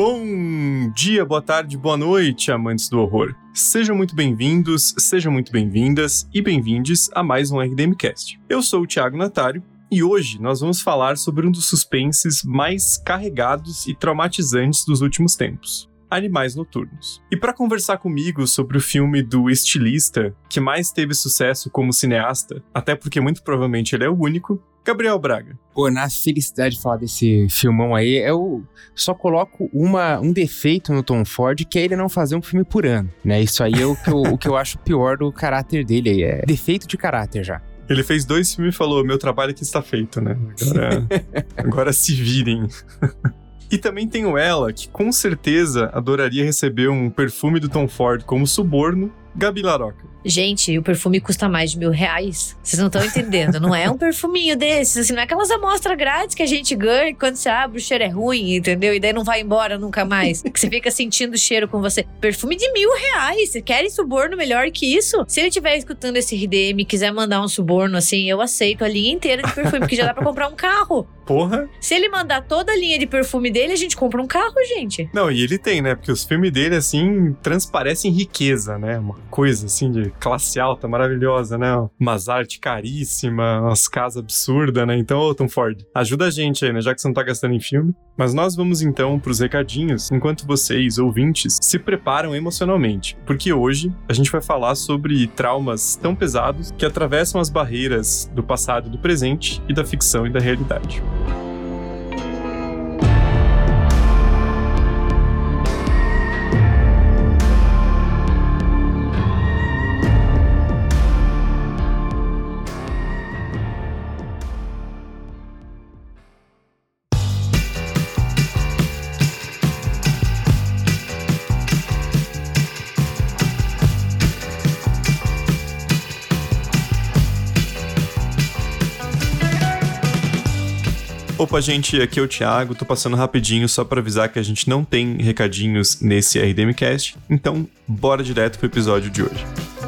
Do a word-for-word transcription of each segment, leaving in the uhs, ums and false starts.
Bom dia, boa tarde, boa noite, amantes do horror. Sejam muito bem-vindos, sejam muito bem-vindas e bem-vindes a mais um R D M Cast. Eu sou o Thiago Natário e hoje nós vamos falar sobre um dos suspenses mais carregados e traumatizantes dos últimos tempos: Animais Noturnos. E para conversar comigo sobre o filme do estilista que mais teve sucesso como cineasta, até porque muito provavelmente ele é o único, Gabriel Braga. Pô, na felicidade de falar desse filmão aí, eu só coloco uma, um defeito no Tom Ford, que é ele não fazer um filme por ano, né? Isso aí é o que eu, o que eu acho pior do caráter dele aí, é defeito de caráter já. Ele fez dois filmes e falou, meu trabalho aqui está feito, né? Agora, agora se virem. E também tenho ela, que com certeza adoraria receber um perfume do Tom Ford como suborno, Gabi Laroca. Gente, o perfume custa mais de mil reais. Vocês não estão entendendo. Não é um perfuminho desses, assim, não é aquelas amostras grátis que a gente ganha e quando você abre o cheiro é ruim, entendeu? E daí não vai embora nunca mais. Que você fica sentindo o cheiro com você. Perfume de mil reais. Vocês querem suborno melhor que isso? Se ele estiver escutando esse R D M e quiser mandar um suborno, assim, eu aceito a linha inteira de perfume, porque já dá pra comprar um carro. Porra! Se ele mandar toda a linha de perfume dele, a gente compra um carro, gente. Não, e ele tem, né? Porque os filmes dele, assim, transparecem riqueza, né? Uma coisa, assim, de classe alta, maravilhosa, né? Umas artes caríssimas, umas casas absurdas, né? Então, ô Tom Ford, ajuda a gente aí, né? Já que você não tá gastando em filme. Mas nós vamos, então, pros recadinhos, enquanto vocês, ouvintes, se preparam emocionalmente. Porque hoje a gente vai falar sobre traumas tão pesados que atravessam as barreiras do passado e do presente e da ficção e da realidade. Opa, gente, aqui é o Thiago, tô passando rapidinho só pra avisar que a gente não tem recadinhos nesse R D M Cast, então bora direto pro episódio de hoje.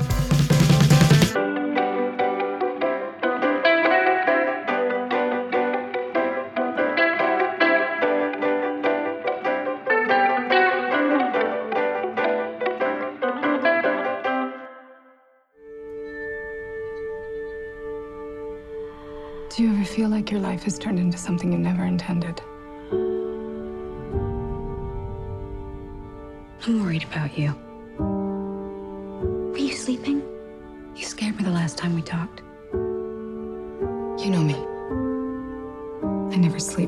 Do you ever feel like your life has turned into something you never intended? I'm worried about you. Are you sleeping? You scared me the last time we talked. You know me. I never sleep.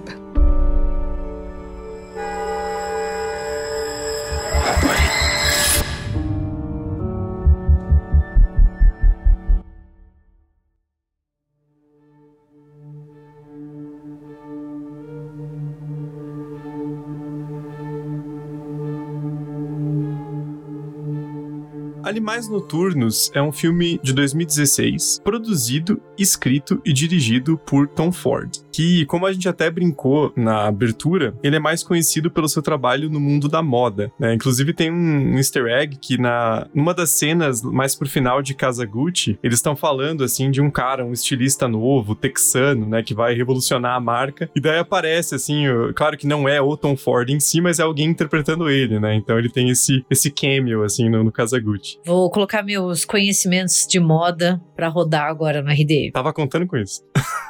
Animais Noturnos é um filme de dois mil e dezesseis, produzido, escrito e dirigido por Tom Ford, que, como a gente até brincou na abertura, ele é mais conhecido pelo seu trabalho no mundo da moda, né? Inclusive tem um easter egg que na, numa das cenas mais pro final de Casa Gucci, eles estão falando assim de um cara, um estilista novo, texano, né, que vai revolucionar a marca, e daí aparece assim, o, claro que não é o Tom Ford em si, mas é alguém interpretando ele, né? Então ele tem esse, esse cameo assim no, no Casa Gucci. Vou colocar meus conhecimentos de moda pra rodar agora no R D M. Tava contando com isso.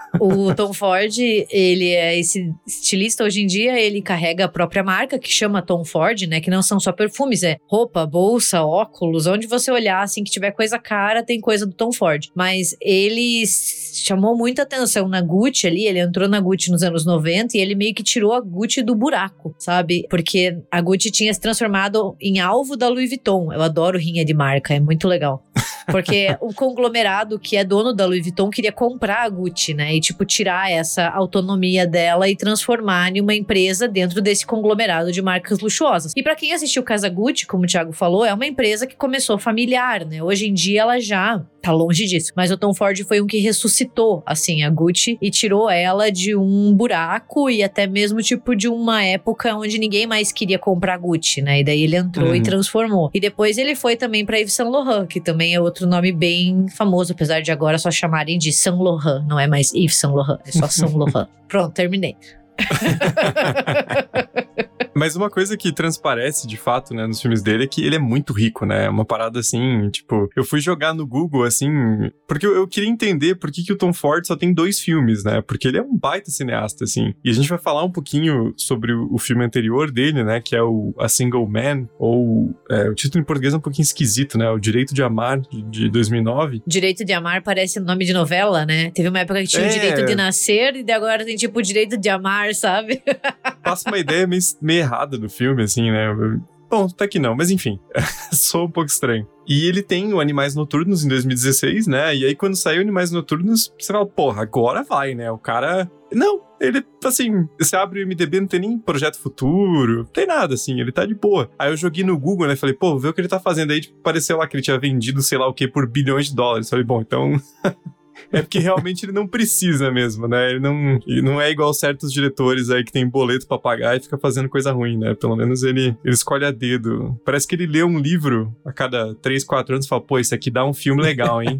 O Tom Ford, ele é esse estilista, hoje em dia ele carrega a própria marca, que chama Tom Ford, né, que não são só perfumes, é roupa, bolsa, óculos, onde você olhar, assim, que tiver coisa cara, tem coisa do Tom Ford. Mas ele chamou muita atenção na Gucci ali, ele entrou na Gucci nos anos noventa e ele meio que tirou a Gucci do buraco, sabe? Porque a Gucci tinha se transformado em alvo da Louis Vuitton. Eu adoro rinha de marca, é muito legal. Porque o conglomerado que é dono da Louis Vuitton queria comprar a Gucci, né? E, tipo, tirar essa autonomia dela e transformar em uma empresa dentro desse conglomerado de marcas luxuosas. E pra quem assistiu Casa Gucci, como o Thiago falou, é uma empresa que começou familiar, né? Hoje em dia ela já tá longe disso. Mas o Tom Ford foi um que ressuscitou, assim, a Gucci e tirou ela de um buraco e até mesmo, tipo, de uma época onde ninguém mais queria comprar Gucci, né? E daí ele entrou uhum. e transformou. E depois ele foi também pra Yves Saint Laurent, que também é outro nome bem famoso, apesar de agora só chamarem de Saint Laurent, não é mais Yves Saint Laurent, é só Saint Laurent. Pronto, terminei. Mas uma coisa que transparece, de fato, né, nos filmes dele é que ele é muito rico, né? Uma parada assim, tipo... Eu fui jogar no Google, assim... Porque eu, eu queria entender por que, que o Tom Ford só tem dois filmes, né? Porque ele é um baita cineasta, assim. E a gente vai falar um pouquinho sobre o, o filme anterior dele, né? Que é o A Single Man, ou... É, o título em português é um pouquinho esquisito, né? O Direito de Amar, de, de dois mil e nove. Direito de Amar parece nome de novela, né? Teve uma época que tinha É. o Direito de Nascer e agora tem tipo o Direito de Amar, sabe? Passa uma ideia meio, meio errada do filme, assim, né? Bom, até que não, mas enfim, sou um pouco estranho. E ele tem o Animais Noturnos em dois mil e dezesseis, né? E aí quando saiu Animais Noturnos, você fala, porra, agora vai, né? O cara... Não, ele, assim, você abre o M D B, não tem nem projeto futuro, não tem nada, assim, ele tá de boa. Aí eu joguei no Google, né? Falei, pô, vê o que ele tá fazendo aí. Tipo, pareceu lá que ele tinha vendido, sei lá o que, por bilhões de dólares. Falei, bom, então... É porque realmente ele não precisa mesmo, né? Ele não, ele não é igual certos diretores aí que tem boleto pra pagar e fica fazendo coisa ruim, né? Pelo menos ele, ele escolhe a dedo. Parece que ele lê um livro a cada três, quatro anos e fala, pô, isso aqui dá um filme legal, hein?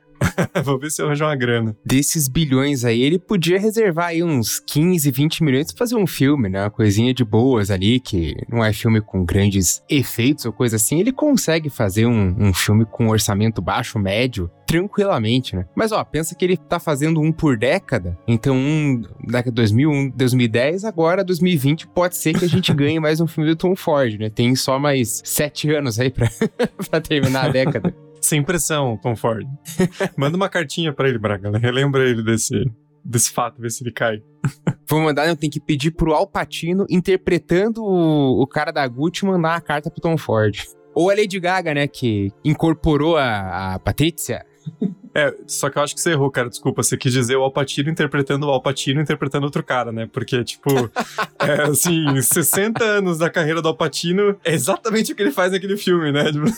Vou ver se eu arranjo uma grana. Desses bilhões aí, ele podia reservar aí uns quinze, vinte milhões pra fazer um filme, né? Uma coisinha de boas ali, que não é filme com grandes efeitos ou coisa assim. Ele consegue fazer um, um filme com um orçamento baixo, médio, tranquilamente, né? Mas, ó, pensa que ele tá fazendo um por década. Então, um daqui a dois mil, um dois mil e dez, agora dois mil e vinte, pode ser que a gente ganhe mais um filme do Tom Ford, né? Tem só mais sete anos aí pra, pra terminar a década. Sem pressão, Tom Ford. Manda uma cartinha pra ele, Braga, né? Relembra ele desse, desse fato, ver se ele cai. Vou mandar, não, tem que pedir pro Al Pacino, interpretando o, o cara da Gucci, mandar a carta pro Tom Ford. Ou a Lady Gaga, né, que incorporou a, a Patrícia. É, só que eu acho que você errou, cara, desculpa. Você quis dizer o Al Pacino interpretando o Al Pacino interpretando outro cara, né? Porque, tipo, é, assim, sessenta anos da carreira do Al Pacino é exatamente o que ele faz naquele filme, né? Tipo,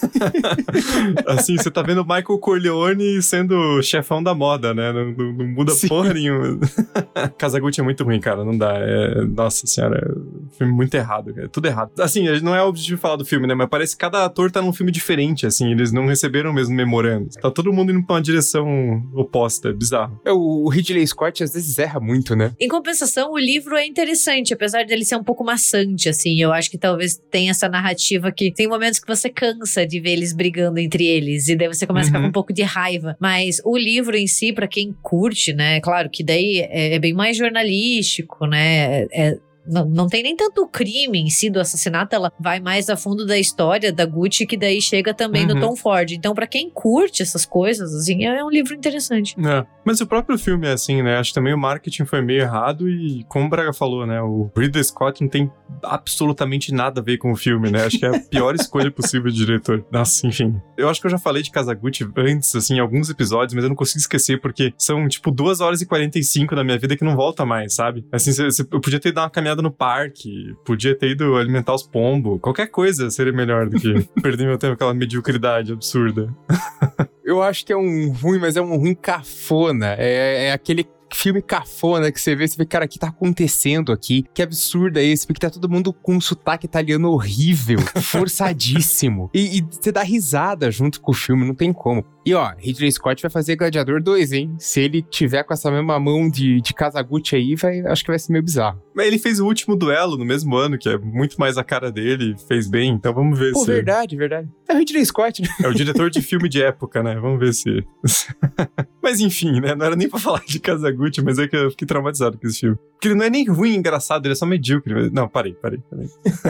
assim, você tá vendo o Michael Corleone sendo chefão da moda, né? Não, não, não muda Sim. porra nenhuma. Kazaguchi é muito ruim, cara, não dá. É, nossa senhora, é um filme muito errado, cara. Tudo errado. Assim, não é o objetivo de falar do filme, né? Mas parece que cada ator tá num filme diferente, assim, eles não receberam o mesmo memorando. Tá todo mundo indo pra uma direção oposta, é bizarro. É, o Ridley Scott às vezes erra muito, né? Em compensação, o livro é interessante, apesar dele ser um pouco maçante, assim. Eu acho que talvez tenha essa narrativa que tem momentos que você cansa de ver eles brigando entre eles, e daí você começa uhum. a ficar com um pouco de raiva. Mas o livro em si, pra quem curte, né? Claro que daí é, é bem mais jornalístico, né? É... Não, não tem nem tanto o crime em si do assassinato, ela vai mais a fundo da história da Gucci, que daí chega também uhum. no Tom Ford. Então, pra quem curte essas coisas, assim, é um livro interessante. É. Mas o próprio filme é assim, né? Acho que também o marketing foi meio errado e, como o Braga falou, né? O Ridley Scott não tem absolutamente nada a ver com o filme, né? Acho que é a pior escolha possível de diretor. Nossa, enfim. Eu acho que eu já falei de Kazaguchi antes, assim, em alguns episódios, mas eu não consigo esquecer, porque são, tipo, duas horas e quarenta e cinco na minha vida que não volta mais, sabe? Assim, cê, cê, eu podia ter dado uma caminhada no parque, podia ter ido alimentar os pombos, qualquer coisa seria melhor do que perder meu tempo com aquela mediocridade absurda. Eu acho que é um ruim, mas é um ruim cafona. É, é aquele filme cafona que você vê, você vê, cara, o que tá acontecendo aqui? Que absurdo é esse? Porque tá todo mundo com um sotaque italiano horrível, forçadíssimo. E, e você dá risada junto com o filme, não tem como. E ó, Ridley Scott vai fazer Gladiador dois, hein? Se ele tiver com essa mesma mão de, de Kazaguchi aí, vai, acho que vai ser meio bizarro. Mas ele fez o Último Duelo no mesmo ano, que é muito mais a cara dele, fez bem, então vamos ver Pô, se... Pô, verdade, verdade. É o Ridley Scott, né? É o diretor de filme de época, né? Vamos ver se... Mas enfim, né? Não era nem pra falar de Kazaguchi, mas é que eu fiquei traumatizado com esse filme. Porque ele não é nem ruim, engraçado, ele é só medíocre. Não, parei, parei, parei.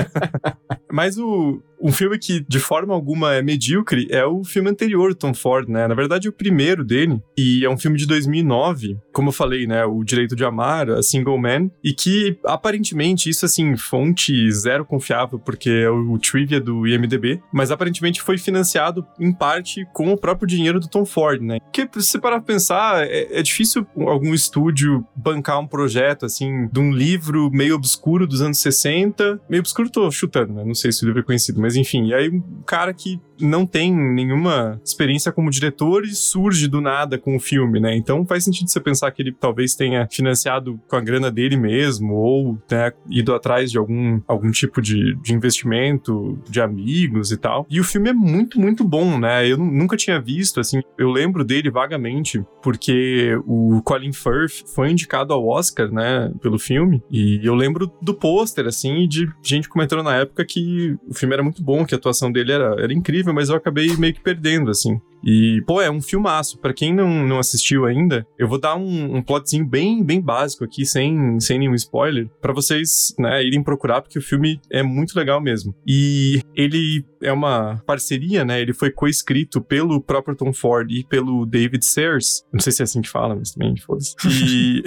Mas o... Um filme que, de forma alguma, é medíocre é o filme anterior do Tom Ford, né? Na verdade, o primeiro dele. E é um filme de dois mil e nove. Como eu falei, né? O Direito de Amar, A Single Man. E que, aparentemente, isso, assim, fonte zero confiável, porque é o trivia do I M D B. Mas, aparentemente, foi financiado, em parte, com o próprio dinheiro do Tom Ford, né? Porque, se você parar pra pensar, é, é difícil algum estúdio bancar um projeto, assim, de um livro meio obscuro dos anos sessenta. Meio obscuro, tô chutando, né? Não sei se o livro é conhecido, mas enfim. E aí, um cara que não tem nenhuma experiência como diretor e surge do nada com o filme, né? Então faz sentido você pensar que ele talvez tenha financiado com a grana dele mesmo, ou, né, ido atrás de algum, algum tipo de, de investimento, de amigos e tal. E o filme é muito, muito bom, né? Eu nunca tinha visto, assim, eu lembro dele vagamente, porque o Colin Firth foi indicado ao Oscar, né, pelo filme, e eu lembro do pôster, assim, de gente comentando na época que o filme era muito bom, que a atuação dele era, era incrível, mas eu acabei meio que perdendo, assim. E, pô, é um filmaço. Pra quem não, não assistiu ainda, eu vou dar um, um plotzinho bem, bem básico aqui, sem, sem nenhum spoiler, pra vocês, né, irem procurar, porque o filme é muito legal mesmo. E ele é uma parceria, né, ele foi coescrito pelo próprio Tom Ford e pelo David Sayers. Não sei se é assim que fala, mas também, foda-se. E,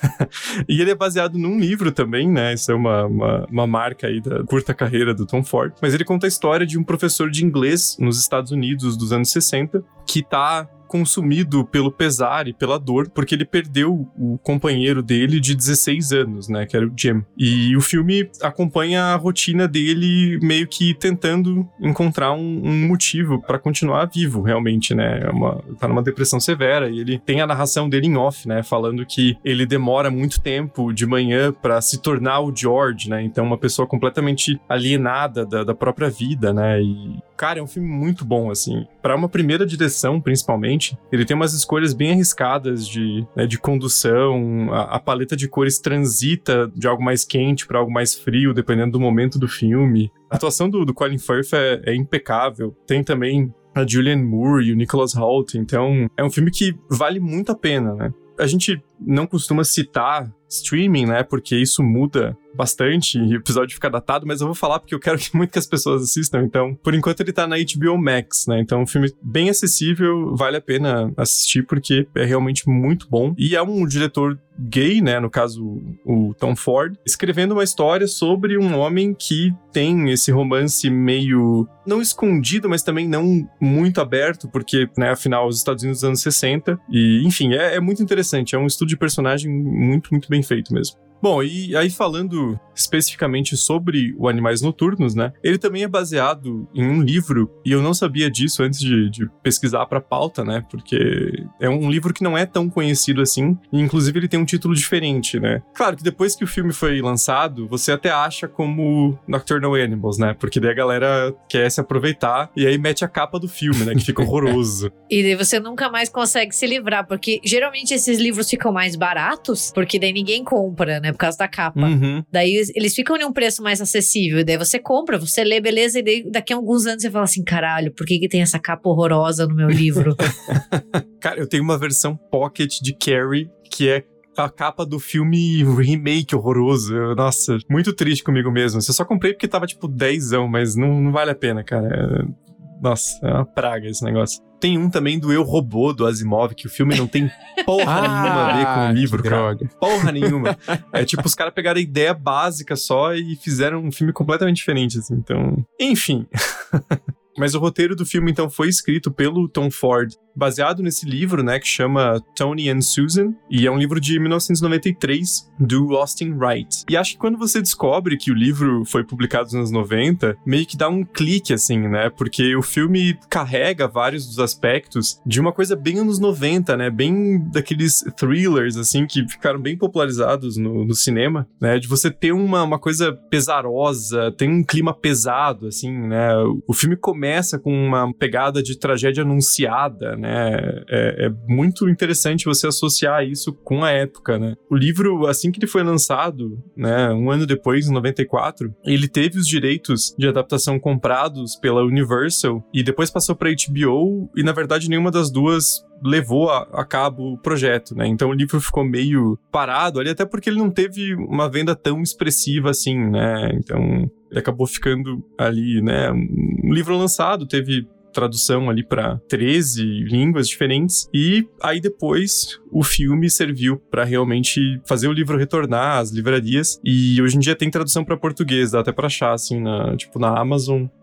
e ele é baseado num livro também, né, isso é uma, uma, uma marca aí da curta carreira do Tom Ford. Mas ele conta a história de um professor de inglês nos Estados Unidos dos anos sessenta, que tá consumido pelo pesar e pela dor, porque ele perdeu o companheiro dele de dezesseis anos, né, que era o Jim. E o filme acompanha a rotina dele meio que tentando encontrar um, um motivo pra continuar vivo, realmente, né, é uma, tá numa depressão severa, e ele tem a narração dele em off, né, falando que ele demora muito tempo de manhã pra se tornar o George, né, então uma pessoa completamente alienada da, da própria vida, né, e, cara, é um filme muito bom, assim, pra uma primeira direção, principalmente. Ele tem umas escolhas bem arriscadas de, né, de condução, a, a paleta de cores transita de algo mais quente para algo mais frio, dependendo do momento do filme. A atuação do, do Colin Firth é, é impecável. Tem também a Julianne Moore e o Nicholas Hoult, então é um filme que vale muito a pena, né? A gente não costuma citar streaming, né, porque isso muda bastante e o episódio fica datado, mas eu vou falar porque eu quero que muito que as pessoas assistam, então, por enquanto ele tá na H B O Max, né, então é um filme bem acessível, vale a pena assistir porque é realmente muito bom, e é um diretor gay, né, no caso o Tom Ford, escrevendo uma história sobre um homem que tem esse romance meio, não escondido, mas também não muito aberto, porque, né, afinal, os Estados Unidos dos anos sessenta, e enfim, é, é muito interessante, é um estudo de personagem muito, muito bem feito mesmo. Bom, e aí falando especificamente sobre o Animais Noturnos, né? Ele também é baseado em um livro, e eu não sabia disso antes de, de pesquisar pra pauta, né? Porque é um livro que não é tão conhecido assim, e inclusive ele tem um título diferente, né? Claro que depois que o filme foi lançado, você até acha como Nocturnal Animals, né? Porque daí a galera quer se aproveitar, e aí mete a capa do filme, né? Que fica horroroso. E daí você nunca mais consegue se livrar, porque geralmente esses livros ficam mais baratos, porque daí ninguém compra, né? Por causa da capa. Uhum. Daí eles ficam em um preço mais acessível. Daí você compra, você lê, beleza, e daí daqui a alguns anos você fala assim, caralho, por que que tem essa capa horrorosa no meu livro? Cara, eu tenho uma versão pocket de Carrie, que é a capa do filme remake horroroso. Eu, nossa, muito triste comigo mesmo. Eu só comprei porque tava tipo dezão, mas não, não vale a pena, cara. É... Nossa, é uma praga esse negócio. Tem um também do Eu, Robô, do Asimov, que o filme não tem porra ah, nenhuma a ver com o livro, cara. Droga. Porra nenhuma. É tipo, os caras pegaram a ideia básica só e fizeram um filme completamente diferente, assim. Então, enfim. Mas o roteiro do filme, então, foi escrito pelo Tom Ford, baseado nesse livro, né, que chama Tony and Susan, e é um livro de mil novecentos e noventa e três, do Austin Wright. E acho que quando você descobre que o livro foi publicado nos anos noventa, meio que dá um clique, assim, né, porque o filme carrega vários dos aspectos de uma coisa bem anos noventa, né, bem daqueles thrillers, assim, que ficaram bem popularizados no, no cinema, né, de você ter uma, uma coisa pesarosa, tem um clima pesado, assim, né, o filme começa com uma pegada de tragédia anunciada, né, É, é muito interessante você associar isso com a época, né? O livro, assim que ele foi lançado, né, um ano depois, em noventa e quatro, ele teve os direitos de adaptação comprados pela Universal e depois passou pra H B O e, na verdade, nenhuma das duas levou a, a cabo o projeto, né? Então o livro ficou meio parado ali, até porque ele não teve uma venda tão expressiva assim, né? Então ele acabou ficando ali, né? Um livro lançado, teve tradução ali para treze línguas diferentes, e aí depois o filme serviu para realmente fazer o livro retornar às livrarias, e hoje em dia tem tradução para português, dá até para achar assim na, tipo, na Amazon,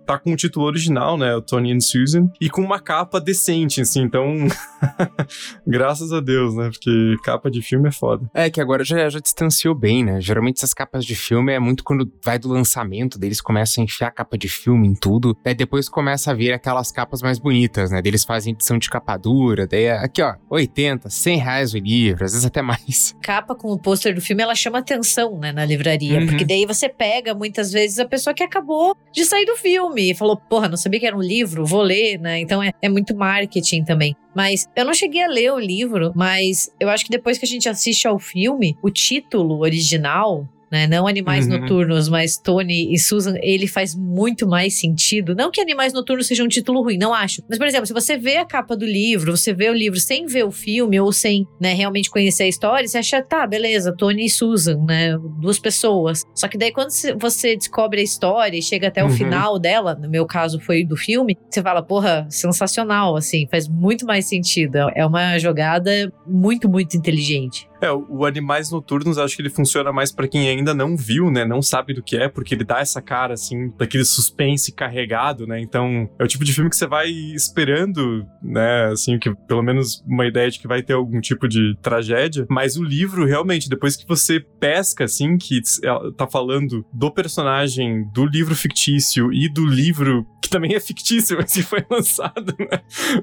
tá com o título original, né, o Tony and Susan, e com uma capa decente, assim, então graças a Deus, né, porque capa de filme é foda. É, que agora já, já distanciou bem, né, geralmente essas capas de filme é muito quando vai do lançamento, deles começam a enfiar capa de filme em tudo, daí depois começa a vir aquelas capas mais bonitas, né, deles fazem edição de capa dura, daí aqui ó, oitenta, cem reais o livro, às vezes até mais. Capa com o pôster do filme, ela chama atenção, né, na livraria, Uhum. porque daí você pega, muitas vezes, a pessoa que acabou de sair do filme e falou, porra, não sabia que era um livro, vou ler, né, então é, é muito marketing também. Mas eu não cheguei a ler o livro, mas eu acho que depois que a gente assiste ao filme, o título original, né, não Animais Uhum. Noturnos, mas Tony e Susan, ele faz muito mais sentido. Não que Animais Noturnos seja um título ruim, não acho. Mas, por exemplo, se você vê a capa do livro, você vê o livro sem ver o filme ou sem, né, realmente conhecer a história, você acha, tá, beleza, Tony e Susan, né, duas pessoas. Só que daí quando você descobre a história e chega até o Uhum. final dela, no meu caso foi do filme, você fala, porra, sensacional, assim, faz muito mais sentido. É uma jogada muito, muito inteligente. É, o Animais Noturnos, acho que ele funciona mais pra quem ainda não viu, né, não sabe do que é, porque ele dá essa cara, assim, daquele suspense carregado, né, então é o tipo de filme que você vai esperando, né, assim, que pelo menos uma ideia de que vai ter algum tipo de tragédia, mas o livro, realmente, depois que você pesca, assim, que tá falando do personagem, do livro fictício e do livro que também é fictício, mas que foi lançado, né,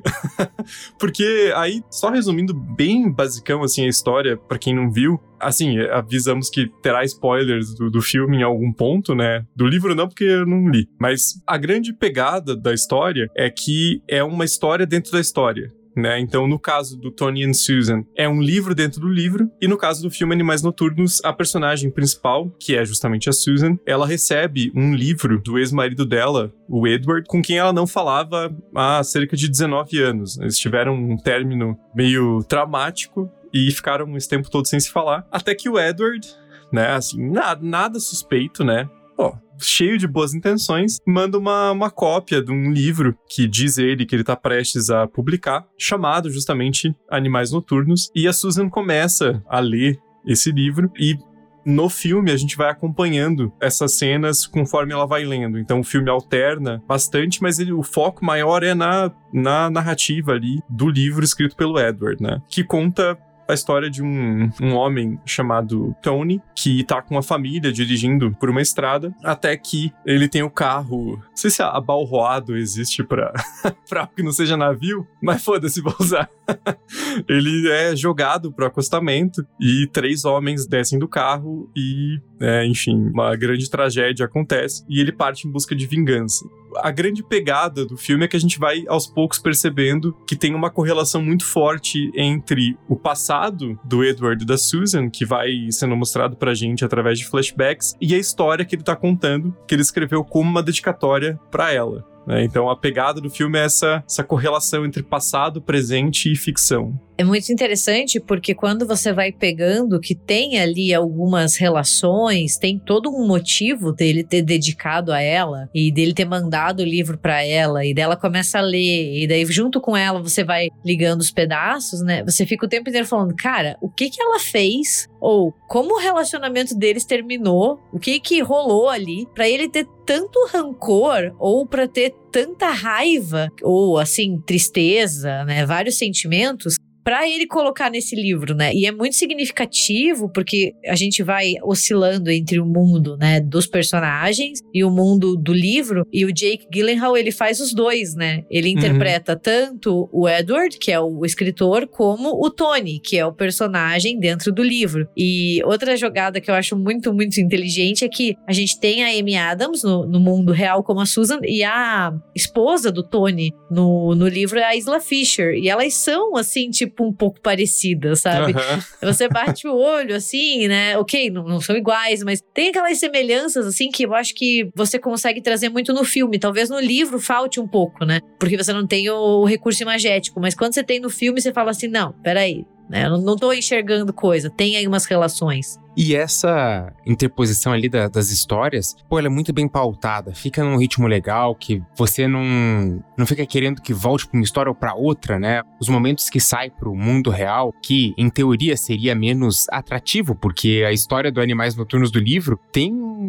porque aí, só resumindo bem basicão, assim, a história, pra quem não viu, assim, avisamos que terá spoilers do, do filme em algum ponto, né? Do livro não, porque eu não li. Mas a grande pegada da história é que é uma história dentro da história. Né? Então, no caso do Tony and Susan, é um livro dentro do livro, e no caso do filme Animais Noturnos, a personagem principal, que é justamente a Susan, ela recebe um livro do ex-marido dela, o Edward, com quem ela não falava há cerca de dezenove anos. Eles tiveram um término meio traumático e ficaram esse tempo todo sem se falar, até que o Edward, né, assim, nada, nada suspeito, né, ó, cheio de boas intenções, manda uma, uma cópia de um livro que diz ele que ele tá prestes a publicar, chamado justamente Animais Noturnos, e a Susan começa a ler esse livro e no filme a gente vai acompanhando essas cenas conforme ela vai lendo, então o filme alterna bastante, mas ele, o foco maior é na, na narrativa ali do livro escrito pelo Edward, né, que conta a história de um, um homem chamado Tony, que tá com a família dirigindo por uma estrada, até que ele tem o carro, não sei se abalroado existe pra, pra algo que não seja navio, mas foda-se, vou usar. Ele é jogado pro acostamento e três homens descem do carro e, é, enfim, uma grande tragédia acontece e ele parte em busca de vingança. A grande pegada do filme é que a gente vai aos poucos percebendo que tem uma correlação muito forte entre o passado do Edward e da Susan, que vai sendo mostrado pra gente através de flashbacks, e a história que ele tá contando, que ele escreveu como uma dedicatória pra ela. Né? Então a pegada do filme é essa, essa correlação entre passado, presente e ficção. É muito interessante porque quando você vai pegando que tem ali algumas relações, tem todo um motivo dele ter dedicado a ela e dele ter mandado o livro pra ela e dela começa a ler e daí junto com ela você vai ligando os pedaços, né? Você fica o tempo inteiro falando, cara, o que que ela fez? Ou como o relacionamento deles terminou? O que que rolou ali pra ele ter tanto rancor ou pra ter tanta raiva ou assim, tristeza, né? Vários sentimentos pra ele colocar nesse livro, né? E é muito significativo porque a gente vai oscilando entre o mundo, né, dos personagens e o mundo do livro, e o Jake Gyllenhaal, ele faz os dois, né? Ele interpreta uhum. tanto o Edward, que é o escritor, como o Tony, que é o personagem dentro do livro. E outra jogada que eu acho muito, muito inteligente é que a gente tem a Amy Adams no, no mundo real como a Susan, e a esposa do Tony no, no livro é a Isla Fisher, e elas são, assim, tipo, um pouco parecidas, sabe? Uhum. Você bate o olho, assim, né? Ok, não, não são iguais, mas tem aquelas semelhanças, assim, que eu acho que você consegue trazer muito no filme. Talvez no livro falte um pouco, né? Porque você não tem o recurso imagético, mas quando você tem no filme, você fala assim, não, peraí, né? Eu não tô enxergando coisa, tem aí umas relações. E essa interposição ali da, das histórias, pô, ela é muito bem pautada, fica num ritmo legal, que você não, não fica querendo que volte pra uma história ou pra outra, né? Os momentos que sai pro mundo real, que em teoria seria menos atrativo, porque a história do Animais Noturnos do livro tem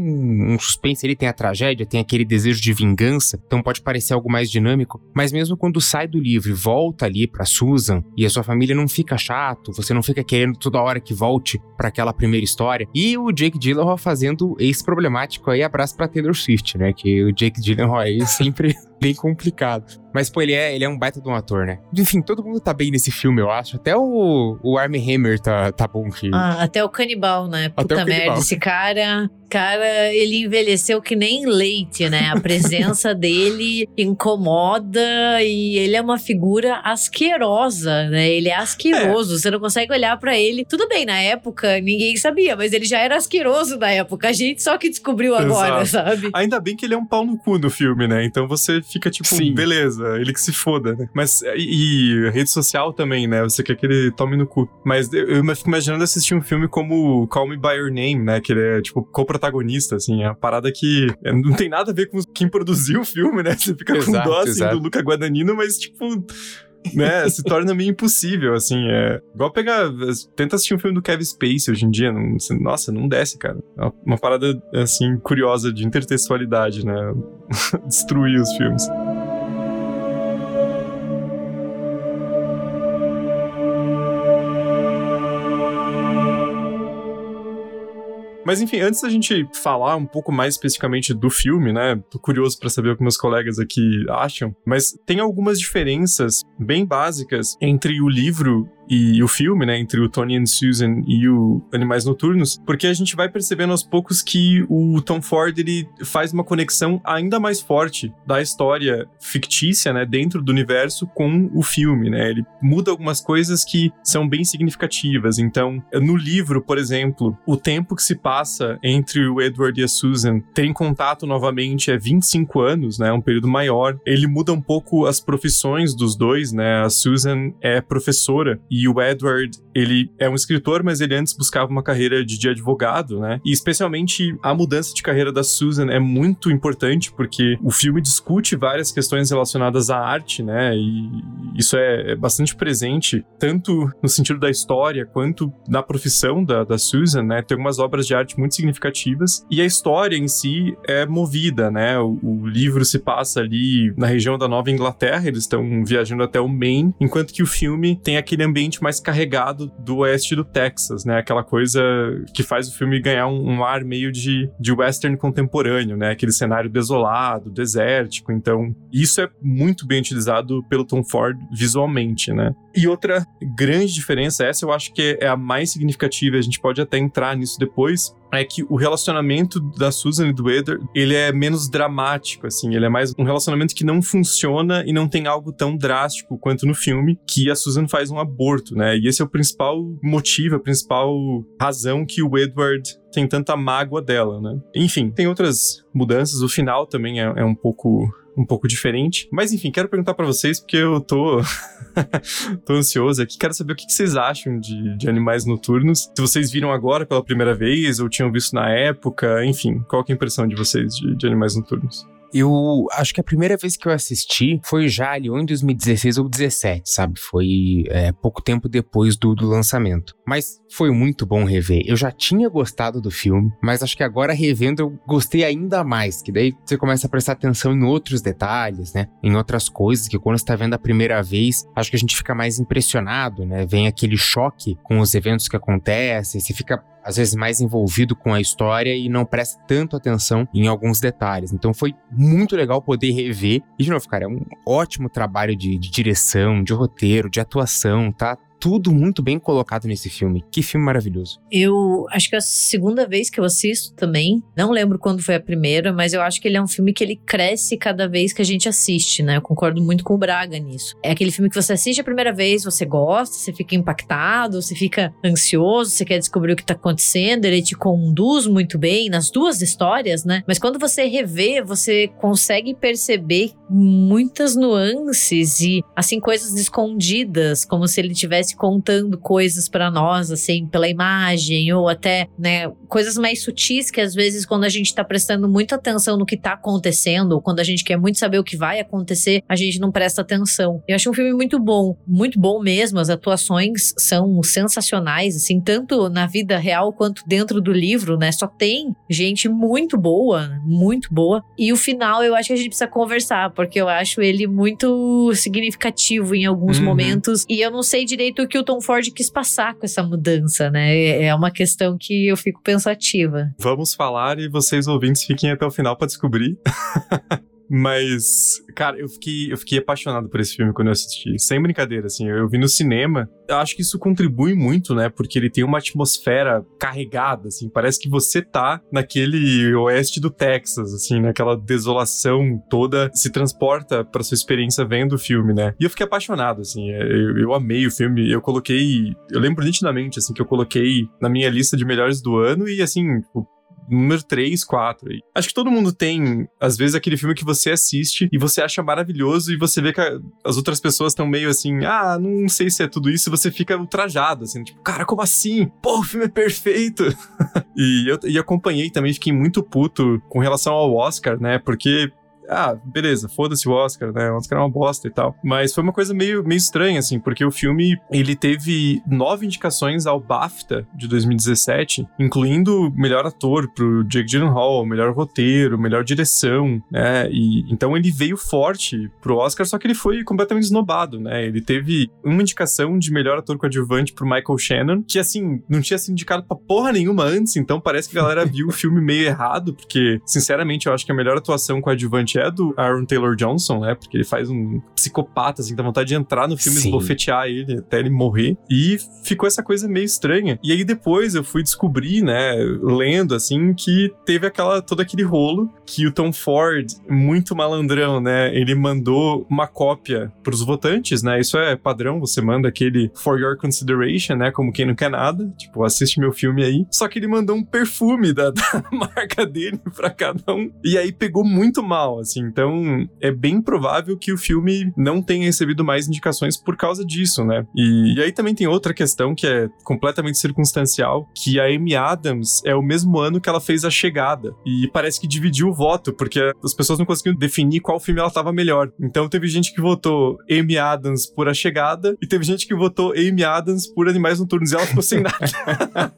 um, um suspense, ele tem a tragédia, tem aquele desejo de vingança, então pode parecer algo mais dinâmico, mas mesmo quando sai do livro e volta ali pra Susan, e a sua família não fica chato, você não fica querendo toda hora que volte pra aquela primeira história. E o Jake Gyllenhaal fazendo esse problemático aí, abraço pra Taylor Swift, né, que o Jake Gyllenhaal aí sempre bem complicado. Mas, pô, ele é, ele é um baita de um ator, né? Enfim, todo mundo tá bem nesse filme, eu acho. Até o, o Armie Hammer tá, tá bom. Que... Ah, até o canibal, né? Puta Até o merda, canibal. esse cara... Cara, ele envelheceu que nem leite, né? A presença dele incomoda e ele é uma figura asquerosa, né? Ele é asqueroso, é. Você não consegue olhar pra ele. Tudo bem, na época ninguém sabia, mas ele já era asqueroso na época. A gente só que descobriu agora, Exato. Sabe? Ainda bem que ele é um pau no cu no filme, né? Então você fica tipo, Sim. beleza, ele que se foda, né? Mas, e, e rede social também, né? Você quer que ele tome no cu. Mas eu, eu fico imaginando assistir um filme como Call Me By Your Name, né? Que ele é, tipo, co-protagonista, assim. É uma parada que não tem nada a ver com quem produziu o filme, né? Você fica exato, com dó, assim, exato. do Luca Guadagnino, mas, tipo... né, se torna meio impossível, assim, é igual pegar, tenta assistir um filme do Kevin Spacey hoje em dia, não, nossa, não desce, cara, é uma, uma parada, assim, curiosa de intertextualidade, né, destruir os filmes. Mas enfim, antes da gente falar um pouco mais especificamente do filme, né? Tô curioso pra saber o que meus colegas aqui acham, mas tem algumas diferenças bem básicas entre o livro e o filme, né, entre o Tony and Susan e o Animais Noturnos, porque a gente vai percebendo aos poucos que o Tom Ford, ele faz uma conexão ainda mais forte da história fictícia, né, dentro do universo com o filme, né, ele muda algumas coisas que são bem significativas. Então, no livro, por exemplo, o tempo que se passa entre o Edward e a Susan terem contato novamente é vinte e cinco anos, né, um período maior. Ele muda um pouco as profissões dos dois, né, a Susan é professora e o Edward, ele é um escritor, mas ele antes buscava uma carreira de, de advogado, né? E especialmente a mudança de carreira da Susan é muito importante, porque o filme discute várias questões relacionadas à arte, né? E isso é, é bastante presente, tanto no sentido da história, quanto na profissão da, da Susan, né? Tem algumas obras de arte muito significativas. E a história em si é movida, né? O, o livro se passa ali na região da Nova Inglaterra, eles estão viajando até o Maine, enquanto que o filme tem aquele ambiente mais carregado do oeste do Texas, né? Aquela coisa que faz o filme ganhar um, um ar meio de, de western contemporâneo, né? Aquele cenário desolado, desértico. Então, isso é muito bem utilizado pelo Tom Ford visualmente, né? E outra grande diferença, essa eu acho que é a mais significativa, a gente pode até entrar nisso depois, é que o relacionamento da Susan e do Edward, ele é menos dramático, assim, ele é mais um relacionamento que não funciona e não tem algo tão drástico quanto no filme, que a Susan faz um aborto, né? E esse é o principal motivo, a principal razão que o Edward tem tanta mágoa dela, né? Enfim, tem outras mudanças, o final também é, é um pouco... um pouco diferente. Mas enfim, quero perguntar pra vocês, porque eu tô tô ansioso aqui. Quero saber o que vocês acham de, de Animais Noturnos. Se vocês viram agora pela primeira vez, ou tinham visto na época, enfim. Qual que é a impressão de vocês de, de Animais Noturnos? Eu acho que a primeira vez que eu assisti foi já ali ou em dois mil e dezesseis ou dezessete, sabe? Foi é, pouco tempo depois do, do lançamento. Mas foi muito bom rever. Eu já tinha gostado do filme, mas acho que agora revendo eu gostei ainda mais. Que daí você começa a prestar atenção em outros detalhes, né? Em outras coisas que quando você tá vendo a primeira vez, acho que a gente fica mais impressionado, né? Vem aquele choque com os eventos que acontecem, você fica... às vezes mais envolvido com a história e não presta tanto atenção em alguns detalhes. Então foi muito legal poder rever. E de novo, cara, é um ótimo trabalho de, de direção, de roteiro, de atuação, tá? Tudo muito bem colocado nesse filme. Que filme maravilhoso. Eu acho que é a segunda vez que eu assisto também. Não lembro quando foi a primeira, mas eu acho que ele é um filme que ele cresce cada vez que a gente assiste, né? Eu concordo muito com o Braga nisso. É aquele filme que você assiste a primeira vez, você gosta, você fica impactado, você fica ansioso, você quer descobrir o que tá acontecendo, ele te conduz muito bem nas duas histórias, né? Mas quando você revê, você consegue perceber muitas nuances e, assim, coisas escondidas, como se ele tivesse estivesse contando coisas pra nós, assim, pela imagem, ou até, né, coisas mais sutis que às vezes quando a gente tá prestando muita atenção no que tá acontecendo, ou quando a gente quer muito saber o que vai acontecer, a gente não presta atenção. Eu achei um filme muito bom, muito bom mesmo, as atuações são sensacionais, assim, tanto na vida real quanto dentro do livro, né, só tem gente muito boa, muito boa, e o final eu acho que a gente precisa conversar, porque eu acho ele muito significativo em alguns uhum. momentos, e eu não sei direito o que o Tom Ford quis passar com essa mudança, né, é uma questão que eu fico pensativa. Vamos falar e vocês ouvintes fiquem até o final pra descobrir. Mas, cara, eu fiquei, eu fiquei apaixonado por esse filme quando eu assisti. Sem brincadeira, assim, eu, eu vi no cinema. Eu acho que isso contribui muito, né? Porque ele tem uma atmosfera carregada, assim. Parece que você tá naquele oeste do Texas, assim, naquela desolação toda. Se transporta pra sua experiência vendo o filme, né? E eu fiquei apaixonado, assim. Eu, eu amei o filme. Eu coloquei... Eu lembro nitidamente, assim, que eu coloquei na minha lista de melhores do ano e, assim... Tipo, número três, quatro. Acho que todo mundo tem, às vezes, aquele filme que você assiste e você acha maravilhoso e você vê que a, as outras pessoas estão meio assim, ah, não sei se é tudo isso, e você fica ultrajado, assim, tipo, cara, como assim? Pô, o filme é perfeito! e eu e acompanhei também, fiquei muito puto com relação ao Oscar, né, porque... Ah, beleza, foda-se o Oscar, né? O Oscar é uma bosta e tal. Mas foi uma coisa meio, meio estranha, assim, porque o filme, ele teve nove indicações ao BAFTA de dois mil e dezessete, incluindo melhor ator pro Jake Gyllenhaal, melhor roteiro, melhor direção, né? E então ele veio forte pro Oscar, só que ele foi completamente esnobado, né? Ele teve uma indicação de melhor ator coadjuvante pro Michael Shannon, que, assim, não tinha sido indicado pra porra nenhuma antes, então parece que a galera viu o filme meio errado, porque, sinceramente, eu acho que a melhor atuação coadjuvante é do Aaron Taylor Johnson, né? Porque ele faz um psicopata, assim, dá vontade de entrar no filme e esbofetear ele até ele morrer. E ficou essa coisa meio estranha. E aí depois eu fui descobrir, né, lendo, assim, que teve aquela, todo aquele rolo que o Tom Ford, muito malandrão, né? Ele mandou uma cópia pros votantes, né? Isso é padrão, você manda aquele for your consideration, né? Como quem não quer nada. Tipo, assiste meu filme aí. Só que ele mandou um perfume da, da marca dele pra cada um. E aí pegou muito mal, assim. Então, é bem provável que o filme não tenha recebido mais indicações por causa disso, né? E, e aí também tem outra questão que é completamente circunstancial, que a Amy Adams é o mesmo ano que ela fez A Chegada. E parece que dividiu o voto, porque as pessoas não conseguiam definir qual filme ela tava melhor. Então, teve gente que votou Amy Adams por A Chegada, e teve gente que votou Amy Adams por Animais Noturnos, e ela ficou sem nada.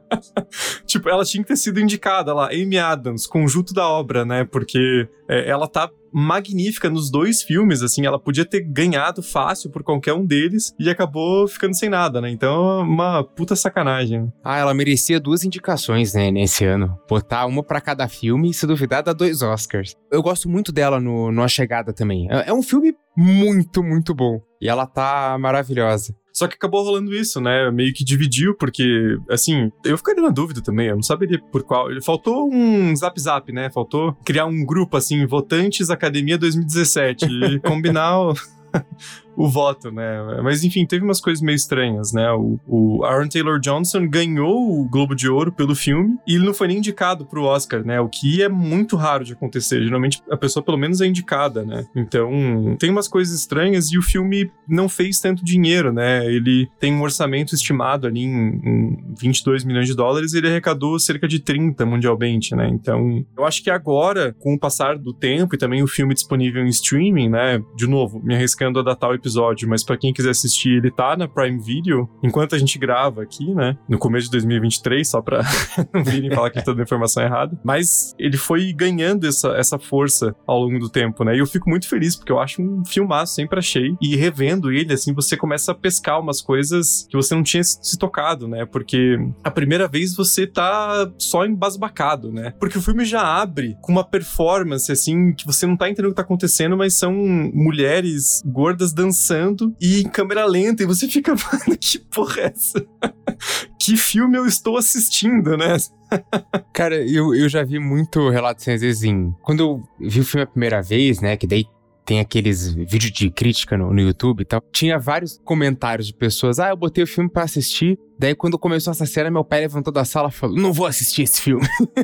Tipo, ela tinha que ter sido indicada lá, Amy Adams, conjunto da obra, né? Porque é, ela tá magnífica nos dois filmes, assim, ela podia ter ganhado fácil por qualquer um deles e acabou ficando sem nada, né? Então, uma puta sacanagem. Ah, ela merecia duas indicações, né, nesse ano. Botar uma pra cada filme e, se duvidar, dar dois Oscars. Eu gosto muito dela no, no A Chegada também. É, é um filme muito, muito bom. E ela tá maravilhosa. Só que acabou rolando isso, né? Meio que dividiu, porque, assim, eu ficaria na dúvida também, eu não saberia por qual. Faltou um zap-zap, né? Faltou criar um grupo, assim, Votantes Academia dois mil e dezessete, e combinar o... o voto, né? Mas enfim, teve umas coisas meio estranhas, né? O, o Aaron Taylor Johnson ganhou o Globo de Ouro pelo filme e ele não foi nem indicado pro Oscar, né? O que é muito raro de acontecer. Geralmente a pessoa pelo menos é indicada, né? Então tem umas coisas estranhas e o filme não fez tanto dinheiro, né? Ele tem um orçamento estimado ali em, em vinte e dois milhões de dólares e ele arrecadou cerca de trinta mundialmente, né? Então eu acho que agora, com o passar do tempo e também o filme disponível em streaming, né? De novo, me arriscando a datar o episódio, mas pra quem quiser assistir, ele tá na Prime Video, enquanto a gente grava aqui, né? No começo de dois mil e vinte e três, só pra não virem falar que toda a informação é errada. Mas ele foi ganhando essa, essa força ao longo do tempo, né? E eu fico muito feliz, porque eu acho um filmaço, sempre achei. E revendo ele, assim, você começa a pescar umas coisas que você não tinha se tocado, né? Porque a primeira vez você tá só embasbacado, né? Porque o filme já abre com uma performance, assim, que você não tá entendendo o que tá acontecendo, mas são mulheres gordas dançando e em câmera lenta, e você fica, mano, que porra é essa? Que filme eu estou assistindo, né? Cara, eu, eu já vi muito relato, assim, às vezes, em... Quando eu vi o filme a primeira vez, né, que daí tem aqueles vídeos de crítica no, no YouTube e tal. Tinha vários comentários de pessoas, ah, eu botei o filme pra assistir, daí quando começou essa cena, meu pai levantou da sala e falou, não vou assistir esse filme.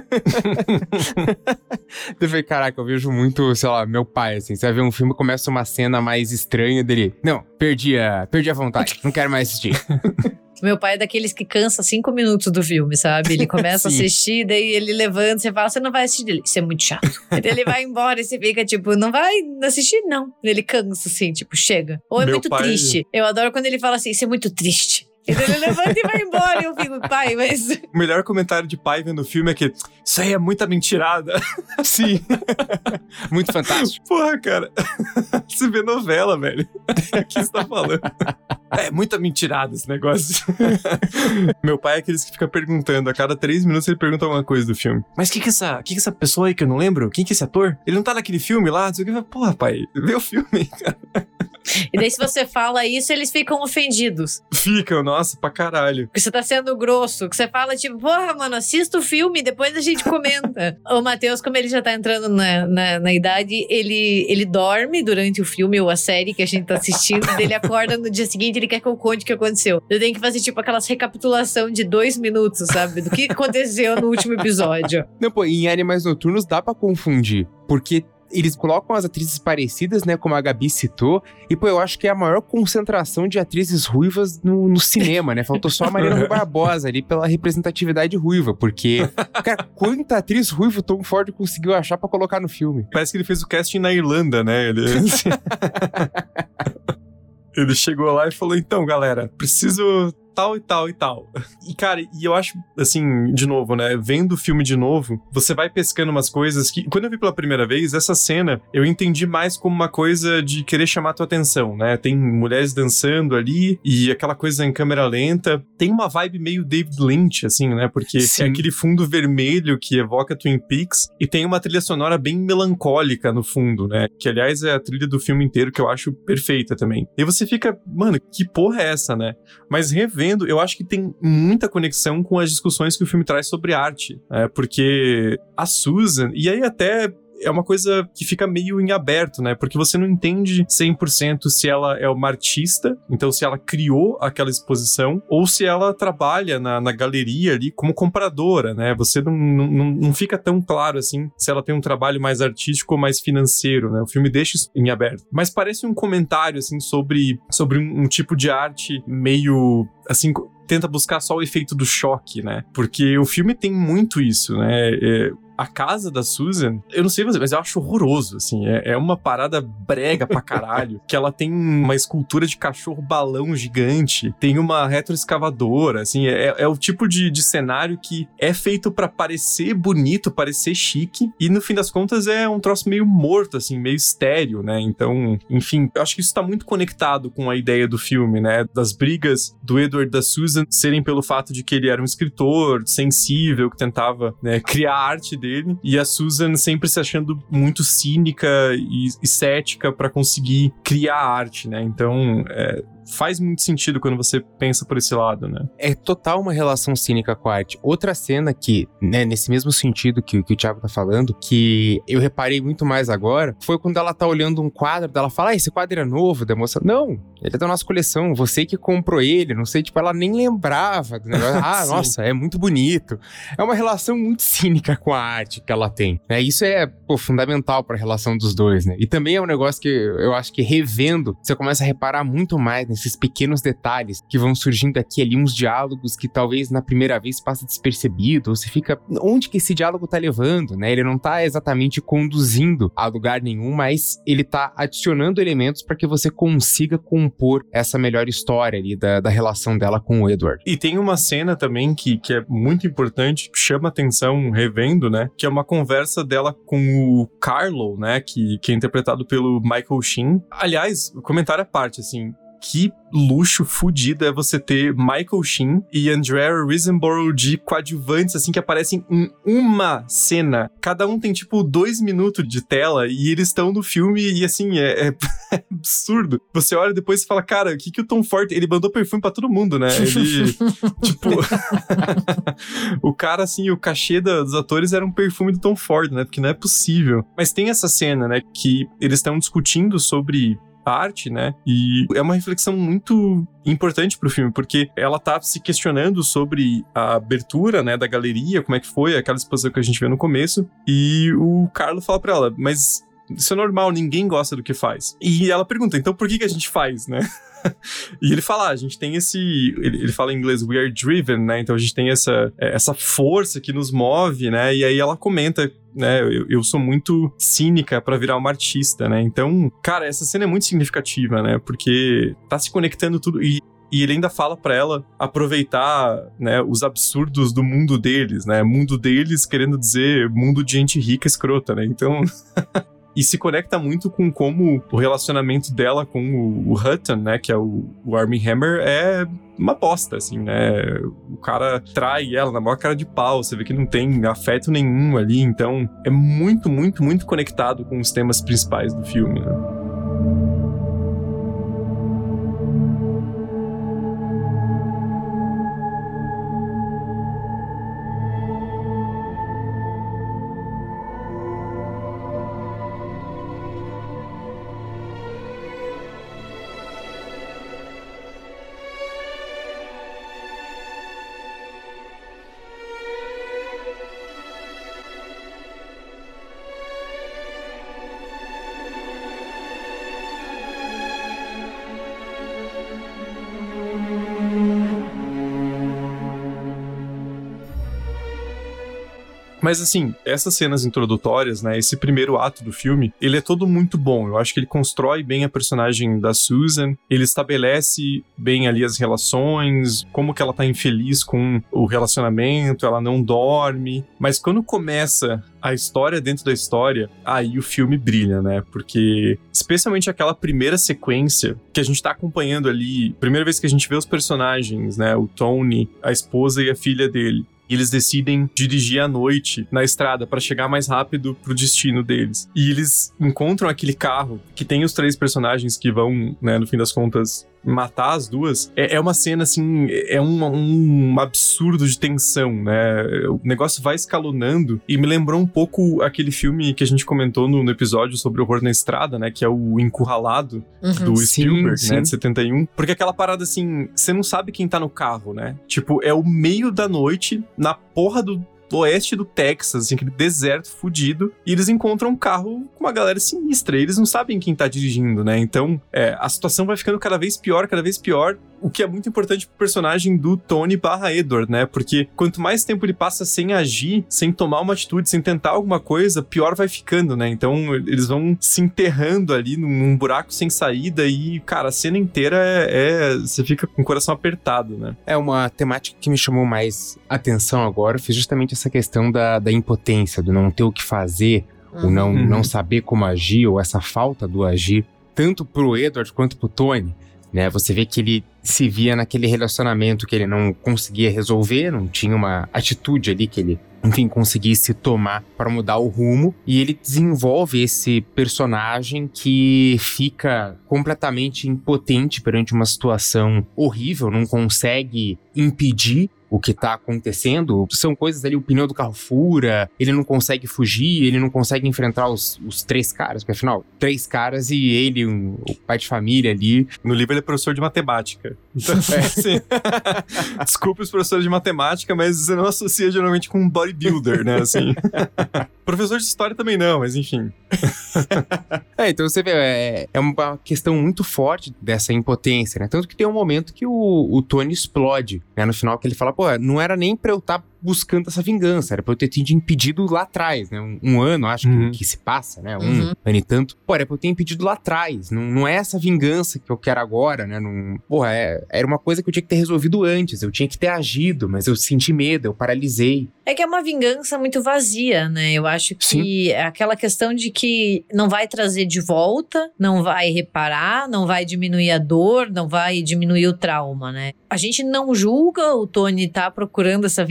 Eu falei, caraca, eu vejo muito, sei lá, meu pai, assim, você vai ver um filme, começa uma cena mais estranha dele, não, perdi a, perdi a vontade, não quero mais assistir. Meu pai é daqueles que cansa cinco minutos do filme, sabe? Ele começa a assistir, daí ele levanta, você fala, você não vai assistir dele. Isso é muito chato. Daí ele vai embora e você fica tipo, não vai assistir? Não. Ele cansa assim, tipo, chega. Ou é Meu muito pai... triste. Eu adoro quando ele fala assim, isso é muito triste. Então ele levanta e vai embora e eu fico, pai, mas... O melhor comentário de pai vendo o filme é que isso aí é muita mentirada. Sim. Muito fantástico. Porra, cara. Você vê novela, velho. O que você tá falando? É muita mentirada esse negócio. Meu pai é aqueles que fica perguntando, a cada três minutos ele pergunta alguma coisa do filme. Mas que que é essa, que que é essa pessoa aí que eu não lembro? Quem que é esse ator? Ele não tá naquele filme lá? Não sei o que. Porra, pai, vê o filme aí, cara. E daí se você fala isso, eles ficam ofendidos. Ficam, nossa, pra caralho. Que você tá sendo grosso. Que você fala tipo, porra, mano, assista o filme e depois a gente comenta. O Matheus, como ele já tá entrando na, na, na idade, ele, ele dorme durante o filme ou a série que a gente tá assistindo. Ele acorda no dia seguinte, ele quer que eu conte o que aconteceu. Eu tenho que fazer tipo aquelas recapitulação de dois minutos, sabe? Do que aconteceu no último episódio. Não, pô, em Animais Noturnos dá pra confundir, porque eles colocam as atrizes parecidas, né, como a Gabi citou, e pô, eu acho que é a maior concentração de atrizes ruivas no, no cinema, né? Faltou só a Mariana Rui Barbosa ali pela representatividade ruiva, porque, cara, quanta atriz ruiva o Tom Ford conseguiu achar pra colocar no filme? Parece que ele fez o casting na Irlanda, né? Ele... Ele chegou lá e falou, então, galera, preciso tal e tal e tal. E, cara, e eu acho, assim, de novo, né, vendo o filme de novo, você vai pescando umas coisas que, quando eu vi pela primeira vez, essa cena, eu entendi mais como uma coisa de querer chamar tua atenção, né? Tem mulheres dançando ali, e aquela coisa em câmera lenta. Tem uma vibe meio David Lynch, assim, né? Porque Sim. é aquele fundo vermelho que evoca Twin Peaks, e tem uma trilha sonora bem melancólica no fundo, né? Que, aliás, é a trilha do filme inteiro, que eu acho perfeita também. E você fica, mano, que porra é essa, né? Mas revendo, eu acho que tem muita conexão com as discussões que o filme traz sobre arte, né? Porque a Susan, e aí até é uma coisa que fica meio em aberto, né? Porque você não entende cem por cento se ela é uma artista, então se ela criou aquela exposição, ou se ela trabalha na, na galeria ali como compradora, né? Você não, não, não fica tão claro assim se ela tem um trabalho mais artístico ou mais financeiro, né? O filme deixa isso em aberto. Mas parece um comentário, assim, sobre, sobre um, um tipo de arte meio, assim, tenta buscar só o efeito do choque, né? Porque o filme tem muito isso, né? É, a casa da Susan, eu não sei você, mas eu acho horroroso, assim, é, é uma parada brega pra caralho, que ela tem uma escultura de cachorro-balão gigante, tem uma retroescavadora, assim, é, é o tipo de, de cenário que é feito pra parecer bonito, parecer chique, e no fim das contas é um troço meio morto, assim, meio estéril, né? Então, enfim, eu acho que isso tá muito conectado com a ideia do filme, né? Das brigas do Edward e da Susan serem pelo fato de que ele era um escritor sensível, que tentava, né, criar a arte dele, e a Susan sempre se achando muito cínica e, e cética pra conseguir criar arte, né? Então, é, faz muito sentido quando você pensa por esse lado, né? É total uma relação cínica com a arte. Outra cena que, né, nesse mesmo sentido que, que o Thiago tá falando, que eu reparei muito mais agora, foi quando ela tá olhando um quadro, ela fala, ah, esse quadro é novo, da moça, não, ele é da nossa coleção, você que comprou ele, não sei, tipo, ela nem lembrava do negócio, ah, nossa, é muito bonito. É uma relação muito cínica com a arte que ela tem, né? Isso é, pô, fundamental pra relação dos dois, né? E também é um negócio que eu acho que revendo, você começa a reparar muito mais nesses pequenos detalhes que vão surgindo aqui ali, uns diálogos que talvez na primeira vez passa despercebido, ou você fica, onde que esse diálogo tá levando, né? Ele não tá exatamente conduzindo a lugar nenhum, mas ele tá adicionando elementos para que você consiga compor essa melhor história ali da, da relação dela com o Edward. E tem uma cena também que, que é muito importante, chama atenção revendo, né? Que é uma conversa dela com o Carlo, né? Que, que é interpretado pelo Michael Sheen. Aliás, comentário à parte, assim, que luxo fudido é você ter Michael Sheen e Andrea Riseborough de coadjuvantes, assim, que aparecem em uma cena. Cada um tem, tipo, dois minutos de tela e eles estão no filme e, assim, é, é absurdo. Você olha depois e fala, cara, o que que o Tom Ford... Ele mandou perfume pra todo mundo, né? Ele, tipo... o cara, assim, o cachê da, dos atores era um perfume do Tom Ford, né? Porque não é possível. Mas tem essa cena, né? Que eles estão discutindo sobre arte, né? E é uma reflexão muito importante pro filme, porque ela tá se questionando sobre a abertura, né, da galeria, como é que foi, aquela exposição que a gente vê no começo, e o Carlo fala pra ela, mas isso é normal, ninguém gosta do que faz. E ela pergunta, então por que que a gente faz, né? E ele fala, ah, a gente tem esse... Ele, ele fala em inglês, we are driven, né? Então a gente tem essa, essa força que nos move, né? E aí ela comenta, né? Eu, eu sou muito cínica pra virar uma artista, né? Então, cara, essa cena é muito significativa, né? Porque tá se conectando tudo... E E ele ainda fala pra ela aproveitar, né, os absurdos do mundo deles, né? Mundo deles querendo dizer mundo de gente rica escrota, né? Então... E se conecta muito com como o relacionamento dela com o, o Hutton, né? Que é o, o Armie Hammer, é uma bosta, assim, né? O cara trai ela na maior cara de pau. Você vê que não tem afeto nenhum ali. Então, é muito, muito, muito conectado com os temas principais do filme, né? Mas assim, essas cenas introdutórias, né, esse primeiro ato do filme, ele é todo muito bom. Eu acho que ele constrói bem a personagem da Susan, ele estabelece bem ali as relações, como que ela tá infeliz com o relacionamento, ela não dorme. Mas quando começa a história dentro da história, aí o filme brilha, né? Porque, especialmente aquela primeira sequência que a gente tá acompanhando ali, primeira vez que a gente vê os personagens, né, o Tony, a esposa e a filha dele. E eles decidem dirigir à noite na estrada para chegar mais rápido pro destino deles. E eles encontram aquele carro que tem os três personagens que vão, né, no fim das contas, matar as duas. É, é uma cena, assim, é um, um absurdo de tensão, né? O negócio vai escalonando e me lembrou um pouco aquele filme que a gente comentou no, no episódio sobre Horror na Estrada, né? Que é o Encurralado, uhum, do Spielberg, sim, né? Sim. De setenta e um. Porque aquela parada, assim, você não sabe quem tá no carro, né? Tipo, é o meio da noite na porra do oeste do Texas, assim, aquele deserto fudido, e eles encontram um carro com uma galera sinistra, e eles não sabem quem tá dirigindo, né? Então, é, a situação vai ficando cada vez pior, cada vez pior, o que é muito importante pro personagem do Tony barra Edward, né? Porque quanto mais tempo ele passa sem agir, sem tomar uma atitude, sem tentar alguma coisa, pior vai ficando, né? Então, eles vão se enterrando ali num, num buraco sem saída e, cara, a cena inteira é, é... Você fica com o coração apertado, né? É uma temática que me chamou mais atenção agora, foi justamente essa questão da, da impotência, do não ter o que fazer, uhum. o não, não saber como agir, ou essa falta do agir, tanto pro Edward quanto pro Tony, né? Você vê que ele se via naquele relacionamento que ele não conseguia resolver, não tinha uma atitude ali que ele, enfim, conseguisse tomar para mudar o rumo, e ele desenvolve esse personagem que fica completamente impotente perante uma situação horrível, não consegue impedir o que tá acontecendo. São coisas ali, o pneu do carro fura, ele não consegue fugir, ele não consegue enfrentar os, os três caras, porque afinal, três caras e ele, um, o pai de família ali. No livro ele é professor de matemática. Então, é assim, desculpe os professores de matemática, mas você não associa geralmente com um bodybuilder, né, assim. Professor de história também não, mas enfim. É, então você vê, é, é uma questão muito forte dessa impotência, né? Tanto que tem um momento que o, o Tony explode, né? No final que ele fala, pô, não era nem pra eu estar tá buscando essa vingança, era pra eu ter tido impedido lá atrás, né? Um, um ano, acho uhum. que, que se passa, né? Um uhum. ano e tanto. Pô, era pra eu ter impedido lá atrás. Não, não é essa vingança que eu quero agora, né? Não, porra, é, era uma coisa que eu tinha que ter resolvido antes. Eu tinha que ter agido, mas eu senti medo, eu paralisei. É que é uma vingança muito vazia, né? Eu acho que Sim. é aquela questão de que não vai trazer de volta, não vai reparar, não vai diminuir a dor, não vai diminuir o trauma, né? A gente não julga o Tony tá procurando essa vingança,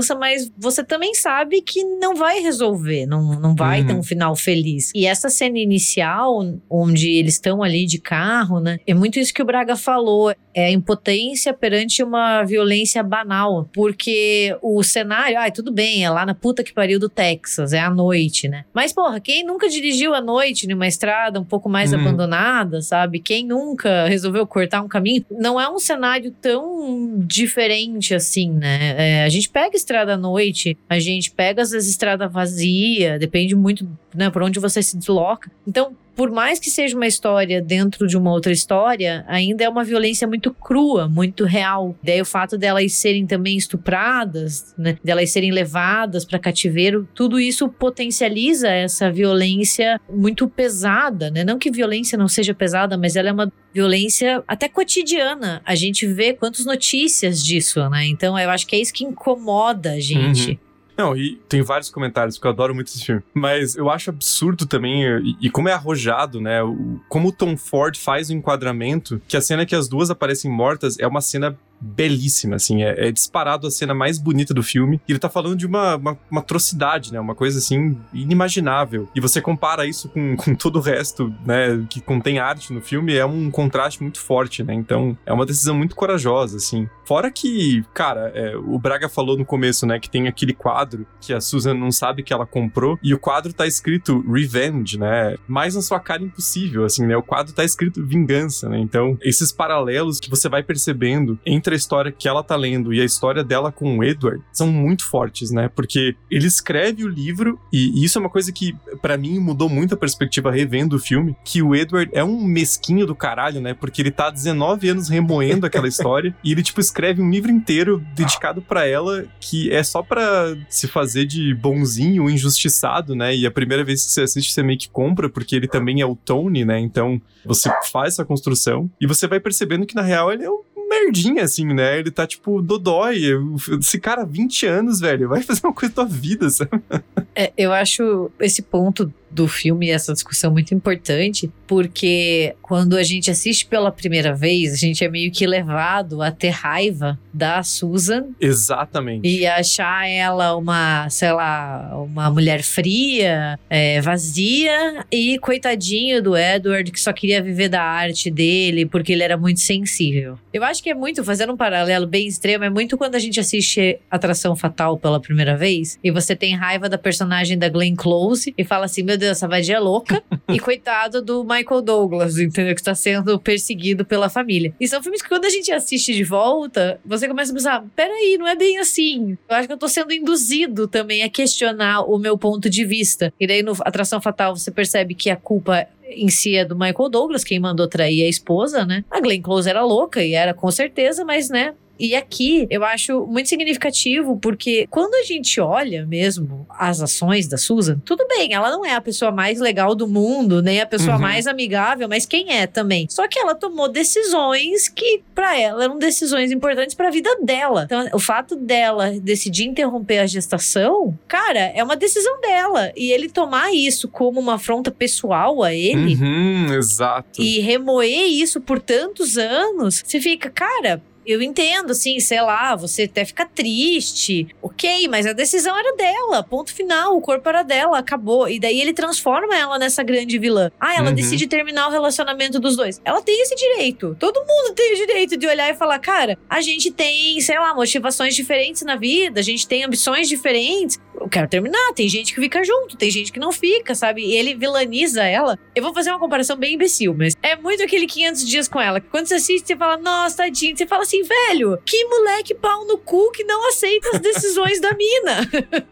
vingança, mas você também sabe que não vai resolver, não, não vai uhum. ter um final feliz. E essa cena inicial, onde eles estão ali de carro, né? É muito isso que o Braga falou, é a impotência perante uma violência banal, porque o cenário, ai, tudo bem, é lá na puta que pariu do Texas, é à noite, né? Mas, porra, quem nunca dirigiu à noite numa estrada um pouco mais uhum. abandonada, sabe? Quem nunca resolveu cortar um caminho? Não é um cenário tão diferente assim, né? É, a gente pega estrada à noite, a gente pega às vezes estrada vazia, depende muito, né, por onde você se desloca. Então, por mais que seja uma história dentro de uma outra história, ainda é uma violência muito crua, muito real. Daí o fato delas serem também estupradas, né, delas serem levadas para cativeiro, tudo isso potencializa essa violência muito pesada, né? Não que violência não seja pesada, mas ela é uma violência até cotidiana. A gente vê quantas notícias disso, né? Então eu acho que é isso que incomoda a gente. Uhum. Não, e tem vários comentários, porque eu adoro muito esse filme. Mas eu acho absurdo também, e, e como é arrojado, né? O, como o Tom Ford faz o enquadramento, que a cena que as duas aparecem mortas é uma cena belíssima, assim, é, é disparado a cena mais bonita do filme, e ele tá falando de uma, uma, uma atrocidade, né, uma coisa, assim, inimaginável, e você compara isso com, com todo o resto, né, que contém arte no filme, é um contraste muito forte, né, então é uma decisão muito corajosa, assim. Fora que, cara, é, o Braga falou no começo, né, que tem aquele quadro que a Susan não sabe que ela comprou, e o quadro tá escrito Revenge, né, mais na sua cara impossível, assim, né, o quadro tá escrito Vingança, né, então esses paralelos que você vai percebendo entre a história que ela tá lendo e a história dela com o Edward são muito fortes, né? Porque ele escreve o livro, e, e isso é uma coisa que, pra mim, mudou muito a perspectiva revendo o filme, que o Edward é um mesquinho do caralho, né? Porque ele tá há dezenove anos remoendo aquela história, e ele, tipo, escreve um livro inteiro dedicado pra ela, que é só pra se fazer de bonzinho, injustiçado, né? E a primeira vez que você assiste, você meio que compra, porque ele também é o Tony, né? Então, você faz essa construção, e você vai percebendo que, na real, ele é um merdinha, assim, né? Ele tá, tipo, dodói. Esse cara, vinte anos, velho, vai fazer uma coisa da tua vida, sabe? É, eu acho esse ponto do filme, essa discussão muito importante, porque quando a gente assiste pela primeira vez, a gente é meio que levado a ter raiva da Susan. Exatamente. E achar ela uma, sei lá, uma mulher fria, é, vazia, e coitadinho do Edward, que só queria viver da arte dele, porque ele era muito sensível. Eu acho que é muito, fazendo um paralelo bem extremo, é muito quando a gente assiste Atração Fatal pela primeira vez, e você tem raiva da personagem da Glenn Close, e fala assim, meu Deus, essa vadia é louca, e coitado do Michael Douglas, entendeu? Que está sendo perseguido pela família. E são filmes que quando a gente assiste de volta, você começa a pensar, peraí, não é bem assim. Eu acho que eu tô sendo induzido também a questionar o meu ponto de vista. E daí no Atração Fatal você percebe que a culpa em si é do Michael Douglas, quem mandou trair a esposa, né? A Glenn Close era louca, e era com certeza, mas, né? E aqui eu acho muito significativo, porque quando a gente olha mesmo as ações da Susan, tudo bem, ela não é a pessoa mais legal do mundo, nem a pessoa uhum. mais amigável, mas quem é também? Só que ela tomou decisões que pra ela eram decisões importantes pra vida dela. Então o fato dela decidir interromper a gestação, cara, é uma decisão dela. E ele tomar isso como uma afronta pessoal a ele, uhum, exato. E remoer isso por tantos anos, você fica, cara... Eu entendo, assim, sei lá, você até fica triste, ok, mas a decisão era dela, ponto final, o corpo era dela, acabou. E daí ele transforma ela nessa grande vilã. Ah, ela uhum. decide terminar o relacionamento dos dois. Ela tem esse direito, todo mundo tem o direito de olhar e falar, cara, a gente tem, sei lá, motivações diferentes na vida, a gente tem ambições diferentes, eu quero terminar, tem gente que fica junto, tem gente que não fica, sabe? E ele vilaniza ela. Eu vou fazer uma comparação bem imbecil, mas é muito aquele quinhentos dias com ela, que quando você assiste, você fala, nossa, tadinho, você fala assim, velho, que moleque pau no cu que não aceita as decisões da mina.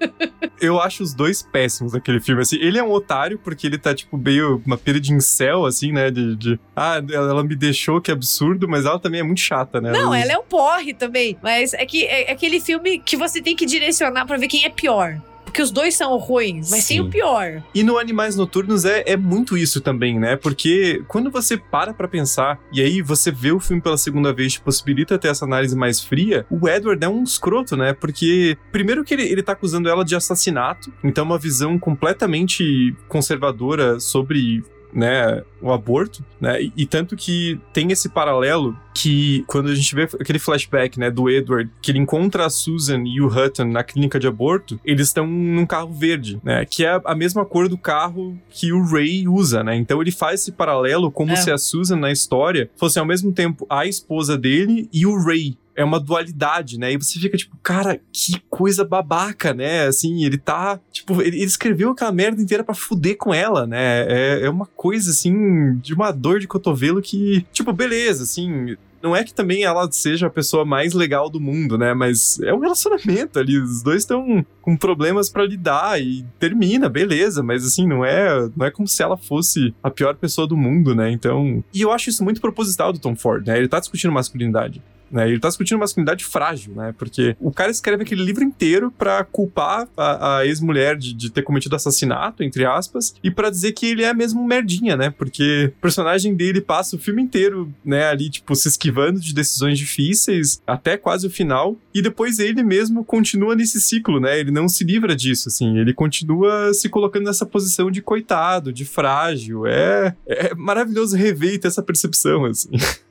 Eu acho os dois péssimos naquele filme, assim, ele é um otário, porque ele tá, tipo, meio uma pira de incel, assim, né, de, de ah, ela me deixou, que absurdo, mas ela também é muito chata, né? Não, ela, ela é um porre também, mas é que é aquele filme que você tem que direcionar pra ver quem é pior. Porque os dois são ruins, mas Sim. tem o pior. E no Animais Noturnos é, é muito isso também, né? Porque quando você para pra pensar, e aí você vê o filme pela segunda vez, te possibilita ter essa análise mais fria, o Edward é um escroto, né? Porque, primeiro que ele, ele tá acusando ela de assassinato, então uma visão completamente conservadora sobre né, o aborto, né, e, e tanto que tem esse paralelo que quando a gente vê aquele flashback, né, do Edward, que ele encontra a Susan e o Hutton na clínica de aborto, eles estão num carro verde, né, que é a mesma cor do carro que o Ray usa, né, então ele faz esse paralelo como é. se a Susan na história fosse ao mesmo tempo a esposa dele e o Ray. É uma dualidade, né? E você fica tipo, cara, que coisa babaca, né? Assim, ele tá... Tipo, ele, ele escreveu aquela merda inteira pra fuder com ela, né? É, é uma coisa, assim, de uma dor de cotovelo que... Tipo, beleza, assim... Não é que também ela seja a pessoa mais legal do mundo, né? Mas é um relacionamento ali. Os dois estão com problemas pra lidar e termina, beleza. Mas assim, não é, não é como se ela fosse a pior pessoa do mundo, né? Então... E eu acho isso muito proposital do Tom Ford, né? Ele tá discutindo masculinidade. Né, ele tá discutindo masculinidade frágil, né? Porque o cara escreve aquele livro inteiro pra culpar a, a ex-mulher de, de ter cometido assassinato, entre aspas, e pra dizer que ele é mesmo merdinha, né? Porque o personagem dele passa o filme inteiro, né, ali, tipo, se esquivando de decisões difíceis até quase o final, e depois ele mesmo continua nesse ciclo, né? Ele não se livra disso, assim, ele continua se colocando nessa posição de coitado, de frágil. É, é maravilhoso rever e ter essa percepção, assim.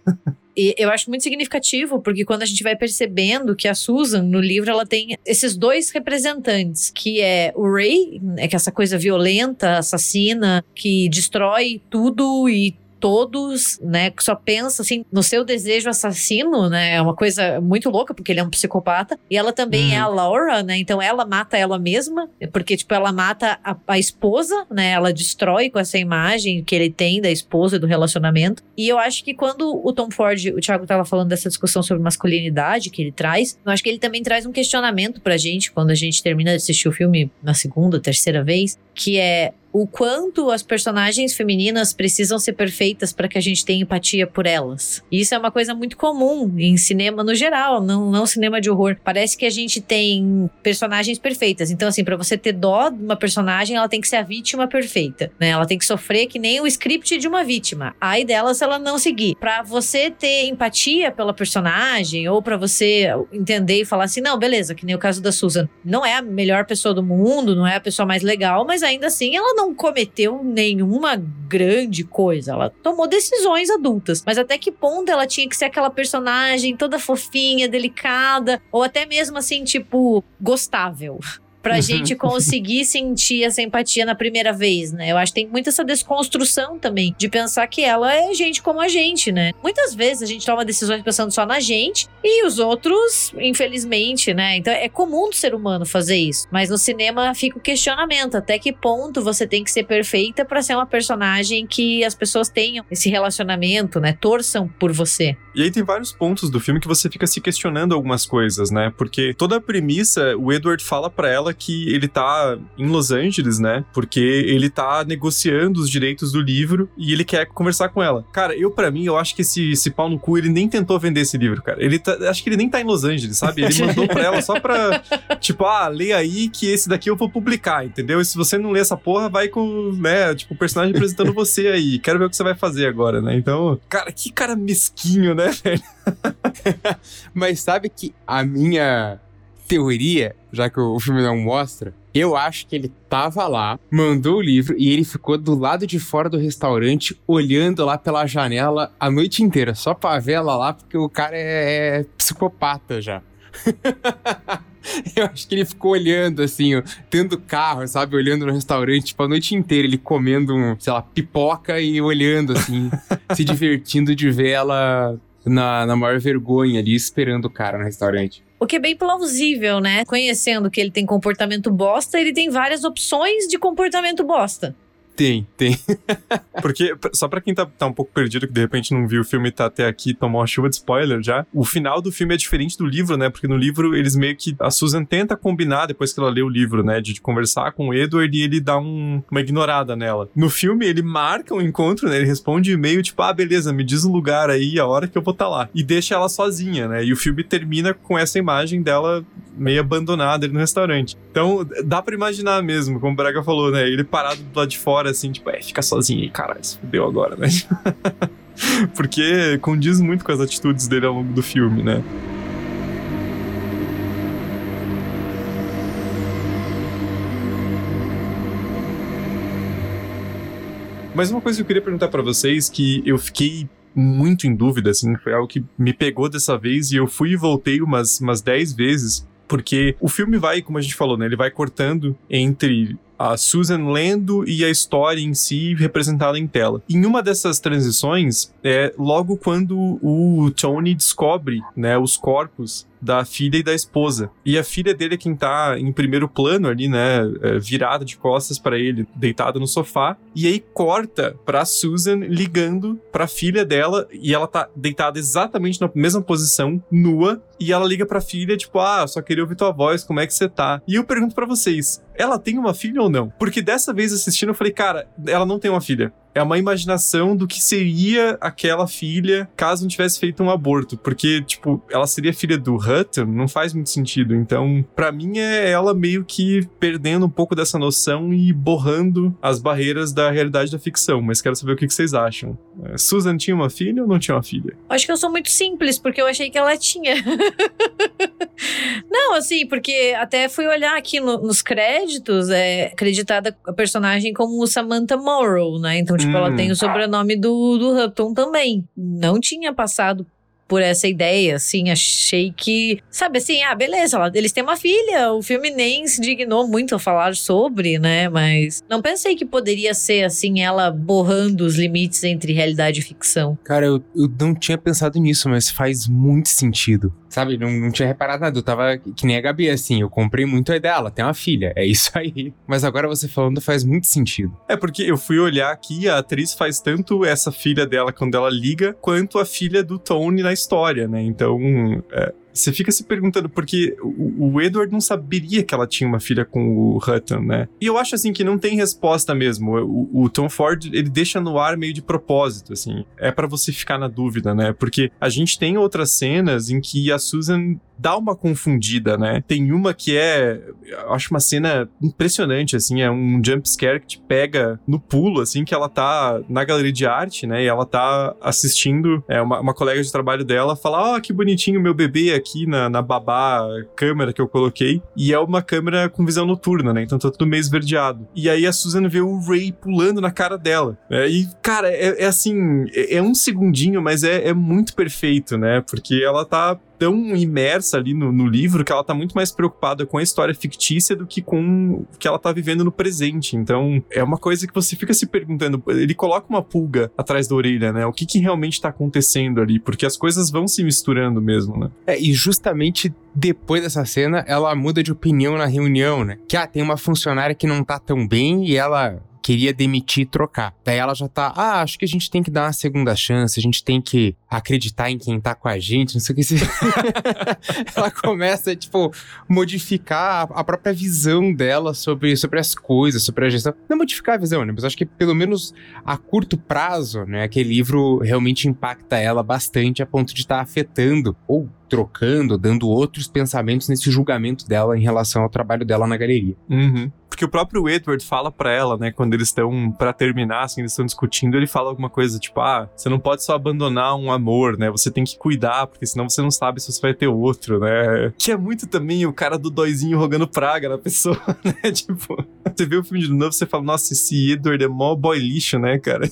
E eu acho muito significativo, porque quando a gente vai percebendo que a Susan, no livro, ela tem esses dois representantes, que é o Ray, é que essa coisa violenta, assassina, que destrói tudo e todos, né, que só pensa, assim, no seu desejo assassino, né, é uma coisa muito louca, porque ele é um psicopata, e ela também hum. é a Laura, né, então ela mata ela mesma, porque, tipo, ela mata a, a esposa, né, ela destrói com essa imagem que ele tem da esposa e do relacionamento, e eu acho que quando o Tom Ford, o Thiago tava falando dessa discussão sobre masculinidade que ele traz, eu acho que ele também traz um questionamento pra gente, quando a gente termina de assistir o filme na segunda, terceira vez, que é o quanto as personagens femininas precisam ser perfeitas para que a gente tenha empatia por elas. E isso é uma coisa muito comum em cinema no geral, não, não cinema de horror. Parece que a gente tem personagens perfeitas. Então, assim, para você ter dó de uma personagem, ela tem que ser a vítima perfeita, né? Ela tem que sofrer que nem o script de uma vítima. Ai dela se ela não seguir. Para você ter empatia pela personagem, ou para você entender e falar assim, não, beleza, que nem o caso da Susan. Não é a melhor pessoa do mundo, não é a pessoa mais legal, mas ainda assim ela não cometeu nenhuma grande coisa. Ela tomou decisões adultas. Mas até que ponto ela tinha que ser aquela personagem toda fofinha, delicada, ou até mesmo assim, tipo, gostável? Pra gente conseguir sentir essa empatia na primeira vez, né? Eu acho que tem muito essa desconstrução também, de pensar que ela é gente como a gente, né? Muitas vezes a gente toma decisões pensando só na gente e os outros, infelizmente, né? Então é comum do ser humano fazer isso. Mas no cinema fica o questionamento, até que ponto você tem que ser perfeita pra ser uma personagem que as pessoas tenham esse relacionamento, né? Torçam por você. E aí tem vários pontos do filme que você fica se questionando algumas coisas, né? Porque toda a premissa, o Edward fala pra ela que ele tá em Los Angeles, né? Porque ele tá negociando os direitos do livro e ele quer conversar com ela. Cara, eu pra mim, eu acho que esse, esse pau no cu, ele nem tentou vender esse livro, cara. Ele tá, acho que ele nem tá em Los Angeles, sabe? Ele mandou pra ela só pra, tipo, ah, lê aí que esse daqui eu vou publicar, entendeu? E se você não lê essa porra, vai com, né, tipo, o personagem apresentando você aí. Quero ver o que você vai fazer agora, né? Então, cara, que cara mesquinho, né, velho? Mas sabe que a minha teoria, já que o filme não mostra, eu acho que ele tava lá, mandou o livro e ele ficou do lado de fora do restaurante, olhando lá pela janela a noite inteira, só pra ver ela lá, porque o cara é, é psicopata já. Eu acho que ele ficou olhando, assim, ó, tendo carro, sabe? Olhando no restaurante, tipo, a noite inteira, ele comendo, um, sei lá, pipoca e olhando, assim, se divertindo de ver ela na, na maior vergonha ali, esperando o cara no restaurante. O que é bem plausível, né? Conhecendo que ele tem comportamento bosta, ele tem várias opções de comportamento bosta. Tem, tem. Porque, só pra quem tá, tá um pouco perdido, que de repente não viu o filme e tá até aqui, tomou uma chuva de spoiler já, o final do filme é diferente do livro, né? Porque no livro, eles meio que... A Susan tenta combinar, depois que ela lê o livro, né? De, de conversar com o Edward e ele dá um, uma ignorada nela. No filme, ele marca um encontro, né? Ele responde e-mail, tipo, ah, beleza, me diz o lugar aí, a hora que eu vou estar lá. E deixa ela sozinha, né? E o filme termina com essa imagem dela meio abandonada ali no restaurante. Então, dá pra imaginar mesmo, como o Braga falou, né? Ele parado do lado de fora, assim, tipo, é, fica sozinho aí, caralho, se fudeu agora, né? Porque condiz muito com as atitudes dele ao longo do filme, né? Mas uma coisa que eu queria perguntar pra vocês, que eu fiquei muito em dúvida, assim, foi algo que me pegou dessa vez e eu fui e voltei umas, umas dez vezes, porque o filme vai, como a gente falou, né, ele vai cortando entre a Susan lendo e a história em si representada em tela. Em uma dessas transições, é logo quando o Tony descobre, né, os corpos da filha e da esposa. E a filha dele é quem tá em primeiro plano ali, né, virada de costas pra ele, deitada no sofá. E aí corta pra Susan ligando pra filha dela e ela tá deitada exatamente na mesma posição, nua. E ela liga pra filha, tipo, ah, só queria ouvir tua voz, como é que você tá? E eu pergunto pra vocês, ela tem uma filha ou não? Porque dessa vez assistindo eu falei, cara, ela não tem uma filha. É uma imaginação do que seria aquela filha caso não tivesse feito um aborto. Porque, tipo, ela seria filha do Hutton? Não faz muito sentido. Então, pra mim, é ela meio que perdendo um pouco dessa noção e borrando as barreiras da realidade da ficção. Mas quero saber o que vocês acham. Susan tinha uma filha ou não tinha uma filha? Acho que eu sou muito simples, porque eu achei que ela tinha. Não, assim, porque até fui olhar aqui no, nos créditos, é acreditada a personagem como Samantha Morrow, né? Então, tipo, hum. ela tem o sobrenome do, do Hutton também. Não tinha passado por essa ideia, assim, achei que, sabe, assim, ah, beleza, ela, eles têm uma filha, o filme nem se dignou muito a falar sobre, né, mas não pensei que poderia ser, assim, ela borrando os limites entre realidade e ficção. Cara, eu, eu não tinha pensado nisso, mas faz muito sentido, sabe, não, não tinha reparado nada, eu tava que nem a Gabi, assim, eu comprei muito a ideia, ela tem uma filha, é isso aí, mas agora você falando faz muito sentido. É, porque eu fui olhar aqui, a atriz faz tanto essa filha dela quando ela liga, quanto a filha do Tony na história, né? Então, é, você fica se perguntando, porque o, o Edward não saberia que ela tinha uma filha com o Hutton, né? E eu acho, assim, que não tem resposta mesmo. O, o Tom Ford, ele deixa no ar meio de propósito, assim. É pra você ficar na dúvida, né? Porque a gente tem outras cenas em que a Susan dá uma confundida, né? Tem uma que é, eu acho uma cena impressionante, assim, é um jump scare que te pega no pulo, assim, que ela tá na galeria de arte, né? E ela tá assistindo, é, uma, uma colega de trabalho dela fala, ó, oh, que bonitinho meu bebê aqui na, na babá câmera que eu coloquei. E é uma câmera com visão noturna, né? Então tá tudo meio esverdeado. E aí a Susan vê o Ray pulando na cara dela. Né? E, cara, é, é assim, é, é um segundinho, mas é, é muito perfeito, né? Porque ela tá tão imersa ali no, no livro que ela tá muito mais preocupada com a história fictícia do que com o que ela tá vivendo no presente. Então, é uma coisa que você fica se perguntando, ele coloca uma pulga atrás da orelha, né? O que que realmente tá acontecendo ali? Porque as coisas vão se misturando mesmo, né? É, e justamente depois dessa cena, ela muda de opinião na reunião, né? Que, ah, tem uma funcionária que não tá tão bem e ela queria demitir e trocar. Daí ela já tá, ah, acho que a gente tem que dar uma segunda chance, a gente tem que acreditar em quem tá com a gente, não sei o que. Se... ela começa, tipo, modificar a própria visão dela sobre, sobre as coisas, sobre a gestão. Não modificar a visão, né? Mas acho que pelo menos a curto prazo, né, aquele livro realmente impacta ela bastante a ponto de estar tá afetando ou trocando, dando outros pensamentos nesse julgamento dela em relação ao trabalho dela na galeria. Uhum. Porque o próprio Edward fala pra ela, né, quando eles estão pra terminar, assim, eles estão discutindo, ele fala alguma coisa tipo, ah, você não pode só abandonar um amor, né, você tem que cuidar, porque senão você não sabe se você vai ter outro, né, que é muito também o cara do dóizinho rogando praga na pessoa, né, tipo, você vê o filme de novo, você fala, nossa, esse Edward é mó boy lixo, né, cara.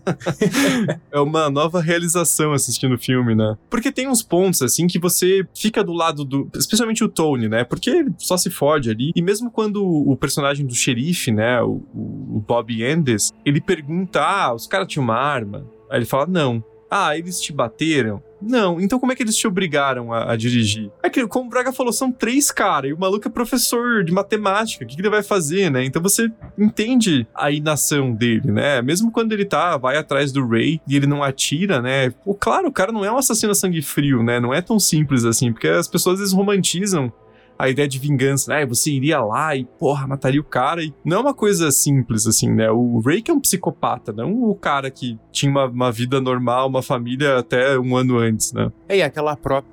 É uma nova realização assistindo o filme, né, porque tem uns pontos, assim, que você fica do lado do, especialmente o Tony, né, porque ele só se fode ali, e mesmo quando o personagem do xerife, né, o, o Bob Andes, ele pergunta, ah, os caras tinham uma arma? Aí ele fala, não. Ah, eles te bateram? Não. Então como é que eles te obrigaram a, a dirigir? É que, como o Braga falou, são três caras, e o maluco é professor de matemática, o que, que ele vai fazer, né? Então você entende a inação dele, né? Mesmo quando ele tá, vai atrás do Ray e ele não atira, né? Pô, claro, o cara não é um assassino a sangue frio, né? Não é tão simples assim, porque as pessoas às vezes romantizam a ideia de vingança, né? Você iria lá e, porra, mataria o cara. E não é uma coisa simples, assim, né? O Ray que é um psicopata, não o cara que tinha uma, uma vida normal, uma família até um ano antes, né? É, e aquela própria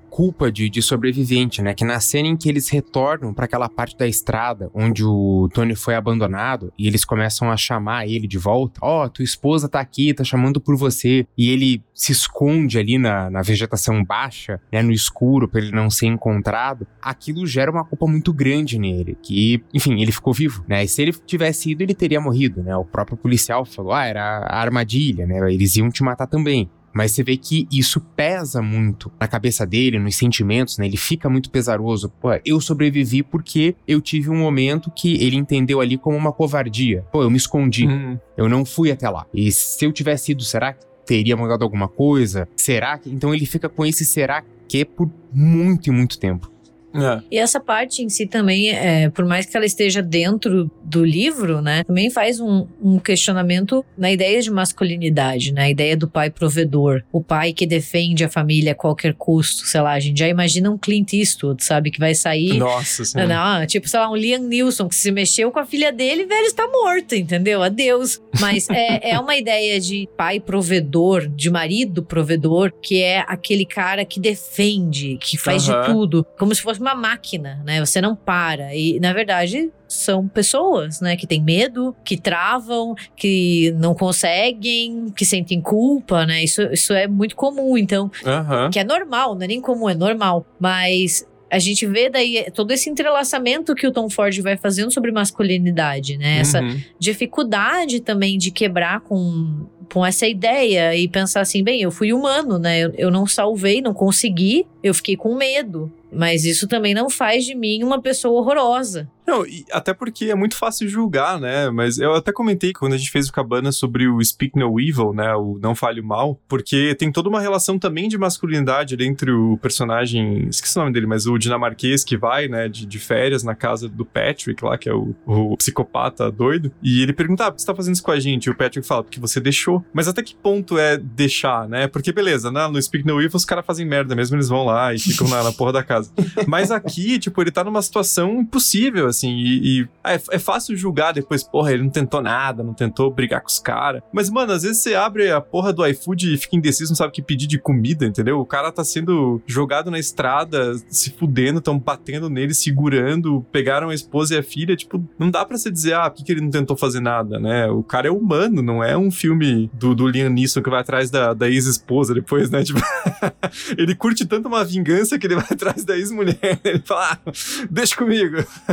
culpa de, de sobrevivente, né? Que na cena em que eles retornam pra aquela parte da estrada onde o Tony foi abandonado e eles começam a chamar ele de volta. Ó, oh, tua esposa tá aqui, tá chamando por você. E ele se esconde ali na, na vegetação baixa, né? No escuro, pra ele não ser encontrado. Aquilo gera uma culpa muito grande nele. Que, enfim, ele ficou vivo, né? E se ele tivesse ido, ele teria morrido, né? O próprio policial falou, ah, era a armadilha, né? Eles iam te matar também. Mas você vê que isso pesa muito na cabeça dele, nos sentimentos, né? Ele fica muito pesaroso. Pô, eu sobrevivi porque eu tive um momento que ele entendeu ali como uma covardia. Pô, eu me escondi. Hum. Eu não fui até lá. E se eu tivesse ido, será que teria mudado alguma coisa? Será que... Então ele fica com esse será que por muito e muito tempo. É. E essa parte em si também, é, por mais que ela esteja dentro do livro, né, também faz um, um questionamento na ideia de masculinidade, né, a ideia do pai provedor, o pai que defende a família a qualquer custo, sei lá, a gente já imagina um Clint Eastwood, sabe, que vai sair... Nossa sim. Não, tipo, sei lá, um Liam Neeson que se mexeu com a filha dele, velho, está morto, entendeu? Adeus. Mas é, é uma ideia de pai provedor, de marido provedor, que é aquele cara que defende, que faz uhum. de tudo, como se fosse uma máquina, né? Você não para. E, na verdade, são pessoas, né? Que têm medo, que travam, que não conseguem, que sentem culpa, né? Isso, isso é muito comum, então. Uhum. Que é normal, não é nem comum, é normal. Mas... a gente vê daí todo esse entrelaçamento que o Tom Ford vai fazendo sobre masculinidade, né? Essa uhum. dificuldade também de quebrar com, com essa ideia e pensar assim, bem, eu fui humano, né? Eu, eu não salvei, não consegui, eu fiquei com medo. Mas isso também não faz de mim uma pessoa horrorosa. Não, e até porque é muito fácil julgar, né? Mas eu até comentei quando a gente fez o Cabana sobre o Speak No Evil, né? O Não Fale o Mal, porque tem toda uma relação também de masculinidade entre o personagem, esqueci o nome dele, mas o dinamarquês que vai, né, de, de férias na casa do Patrick lá, que é o, o psicopata doido, e ele pergunta, ah, por que você tá fazendo isso com a gente? E o Patrick fala, porque você deixou. Mas até que ponto é deixar, né? Porque beleza, né? No Speak No Evil os caras fazem merda mesmo, eles vão lá e ficam na, na porra da casa. Mas aqui, tipo, ele tá numa situação impossível, assim, e, e é, é fácil julgar depois, porra, ele não tentou nada, não tentou brigar com os caras. Mas, mano, às vezes você abre a porra do iFood e fica indeciso, não sabe o que pedir de comida, entendeu? O cara tá sendo jogado na estrada, se fudendo, tão batendo nele, segurando, pegaram a esposa e a filha, tipo, não dá pra você dizer, ah, por que, que ele não tentou fazer nada, né? O cara é humano, não é um filme do, do Liam Neeson que vai atrás da, da ex-esposa depois, né? Tipo, ele curte tanto uma vingança que ele vai atrás da ex-mulher, ele fala, ah, deixa comigo.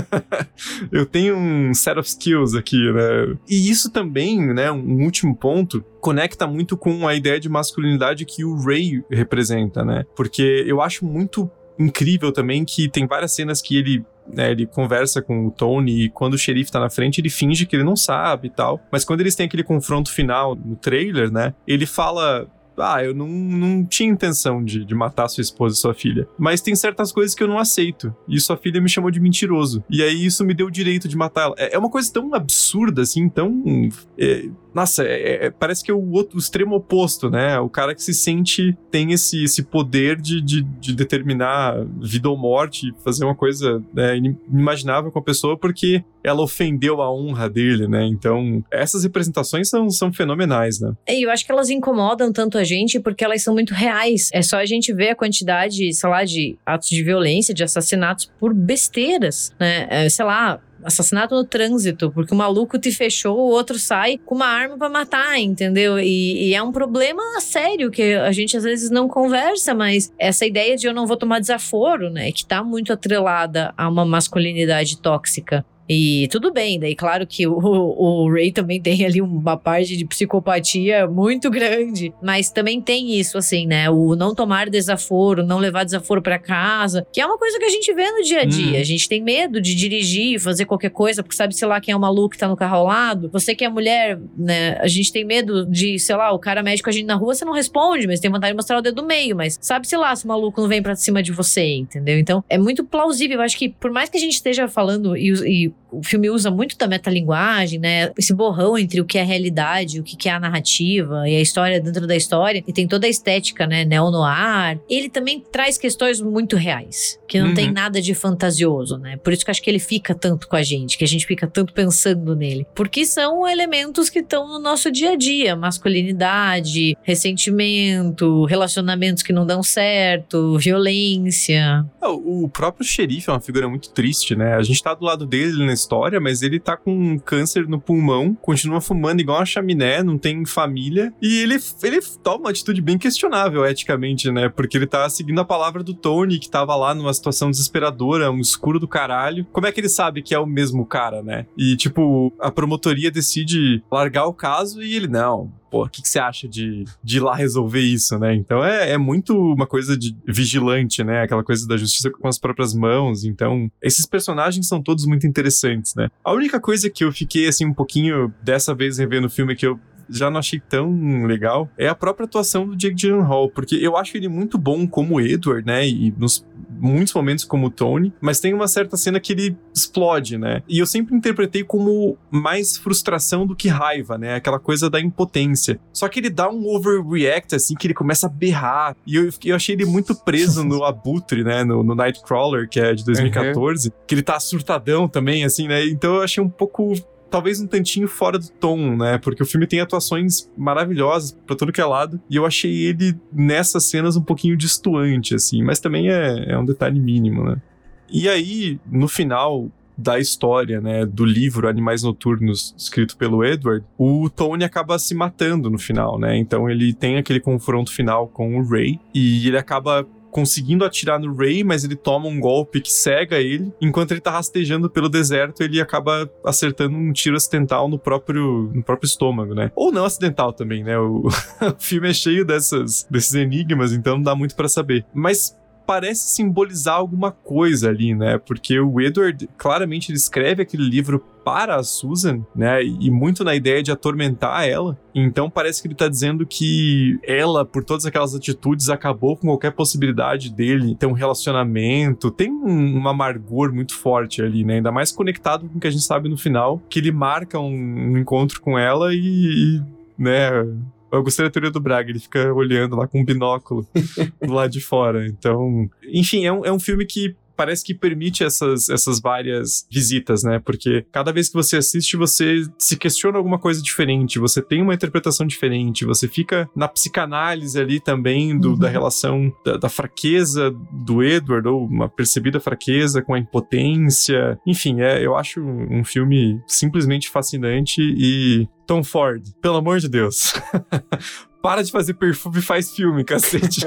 Eu tenho um set of skills aqui, né? E isso também, né, um último ponto, conecta muito com a ideia de masculinidade que o Ray representa, né? Porque eu acho muito incrível também que tem várias cenas que ele... né, ele conversa com o Tony e quando o xerife tá na frente ele finge que ele não sabe e tal, mas quando eles têm aquele confronto final no trailer, né, ele fala... ah, eu não, não tinha intenção de, de matar sua esposa e sua filha. Mas tem certas coisas que eu não aceito. E sua filha me chamou de mentiroso. E aí isso me deu o direito de matar ela. É, é uma coisa tão absurda, assim, tão... É, nossa, é, é, parece que é o, outro, o extremo oposto, né? O cara que se sente, tem esse, esse poder de, de, de determinar vida ou morte, fazer uma coisa, né, inimaginável com a pessoa porque ela ofendeu a honra dele, né? Então, essas representações são, são fenomenais, né? E eu acho que elas incomodam tanto a gente porque elas são muito reais. É só a gente ver a quantidade, sei lá, de atos de violência, de assassinatos por besteiras, né? É, sei lá, assassinato no trânsito, porque o maluco te fechou, o outro sai com uma arma pra matar, entendeu? E, e é um problema sério que a gente às vezes não conversa, mas essa ideia de eu não vou tomar desaforo, né? Que tá muito atrelada a uma masculinidade tóxica. E tudo bem, daí claro que o, o Ray também tem ali uma parte de psicopatia muito grande, mas também tem isso, assim, né, o não tomar desaforo, não levar desaforo pra casa, que é uma coisa que a gente vê no dia a dia, hum. a gente tem medo de dirigir, fazer qualquer coisa, porque sabe, sei lá, quem é o maluco que tá no carro ao lado, você que é mulher, né, a gente tem medo de, sei lá, o cara mexe com a gente na rua, você não responde, mas tem vontade de mostrar o dedo do meio, mas sabe, sei lá, se o maluco não vem pra cima de você, entendeu? Então, é muito plausível, eu acho que por mais que a gente esteja falando e, e o filme usa muito da metalinguagem, né? Esse borrão entre o que é a realidade, o que é a narrativa e a história dentro da história. E tem toda a estética, né? Neo-noir. Ele também traz questões muito reais, que não Uhum. tem nada de fantasioso, né? Por isso que eu acho que ele fica tanto com a gente, que a gente fica tanto pensando nele. Porque são elementos que estão no nosso dia a dia. Masculinidade, ressentimento, relacionamentos que não dão certo, violência. Ah, O próprio xerife é uma figura muito triste, né? A gente tá do lado dele na história, mas ele tá com um câncer no pulmão, continua fumando igual uma chaminé, não tem família, e ele, ele toma uma atitude bem questionável eticamente, né? Porque ele tá seguindo a palavra do Tony, que tava lá numa situação desesperadora, um escuro do caralho. Como é que ele sabe que é o mesmo cara, né? E, tipo, a promotoria decide largar o caso e ele, não... Pô, o que, que você acha de, de ir lá resolver isso, né? Então é, é muito uma coisa de vigilante, né? Aquela coisa da justiça com as próprias mãos. Então, esses personagens são todos muito interessantes, né? A única coisa que eu fiquei, assim, um pouquinho, dessa vez revendo o filme, que eu já não achei tão legal, é a própria atuação do Jake Gyllenhaal, porque eu acho ele muito bom como Edward, né, e nos muitos momentos como Tony, mas tem uma certa cena que ele explode, né, e eu sempre interpretei como mais frustração do que raiva, né, aquela coisa da impotência, só que ele dá um overreact, assim, que ele começa a berrar, e eu, eu achei ele muito preso no Abutre, né, no, no Nightcrawler, que é de dois mil e catorze, uhum. que ele tá surtadão também, assim, né, então eu achei um pouco... talvez um tantinho fora do tom, né? Porque o filme tem atuações maravilhosas pra todo que é lado. E eu achei ele, nessas cenas, um pouquinho destoante, assim. Mas também é, é um detalhe mínimo, né? E aí, no final da história, né? Do livro Animais Noturnos, escrito pelo Edward, o Tony acaba se matando no final, né? Então ele tem aquele confronto final com o Ray. E ele acaba... conseguindo atirar no Ray, mas ele toma um golpe que cega ele. Enquanto ele tá rastejando pelo deserto, ele acaba acertando um tiro acidental no próprio, no próprio estômago, né? Ou não acidental também, né? O, o filme é cheio dessas, desses enigmas, então não dá muito pra saber. Mas parece simbolizar alguma coisa ali, né? Porque o Edward, claramente, ele escreve aquele livro para a Susan, né? E muito na ideia de atormentar ela. Então parece que ele tá dizendo que ela, por todas aquelas atitudes, acabou com qualquer possibilidade dele ter um relacionamento. Tem um, um amargor muito forte ali, né? Ainda mais conectado com o que a gente sabe no final, que ele marca um, um encontro com ela e, e né... Eu gostei da teoria do Braga, ele fica olhando lá com um binóculo do lado de fora. Então, enfim, é um, é um filme que parece que permite essas, essas várias visitas, né? Porque cada vez que você assiste, você se questiona alguma coisa diferente, você tem uma interpretação diferente, você fica na psicanálise ali também do, uhum. da relação da, da fraqueza do Edward, ou uma percebida fraqueza com a impotência. Enfim, é, eu acho um filme simplesmente fascinante e... Tom Ford, pelo amor de Deus. Para de fazer perfume e faz filme, cacete.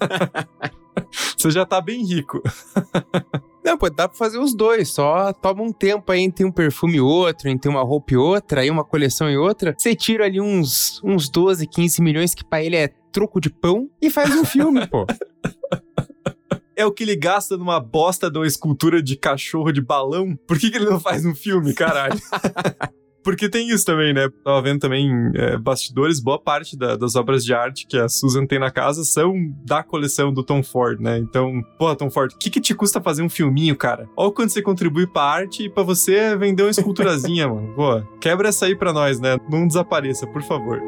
Você já tá bem rico. Não, pô, dá pra fazer os dois, só toma um tempo aí entre um perfume e outro, entre uma roupa e outra, aí uma coleção e outra, você tira ali uns, uns doze, quinze milhões, que pra ele é troco de pão, e faz um filme, pô. É o que ele gasta numa bosta de uma escultura de cachorro de balão, por que que ele não faz um filme, caralho? Porque tem isso também, né? Tava vendo também é, bastidores, boa parte da, das obras de arte que a Susan tem na casa são da coleção do Tom Ford, né? Então, pô, Tom Ford, o que que te custa fazer um filminho, cara? Olha o quanto você contribui pra arte e pra você vender uma esculturazinha, mano. Pô, quebra essa aí pra nós, né? Não desapareça, por favor.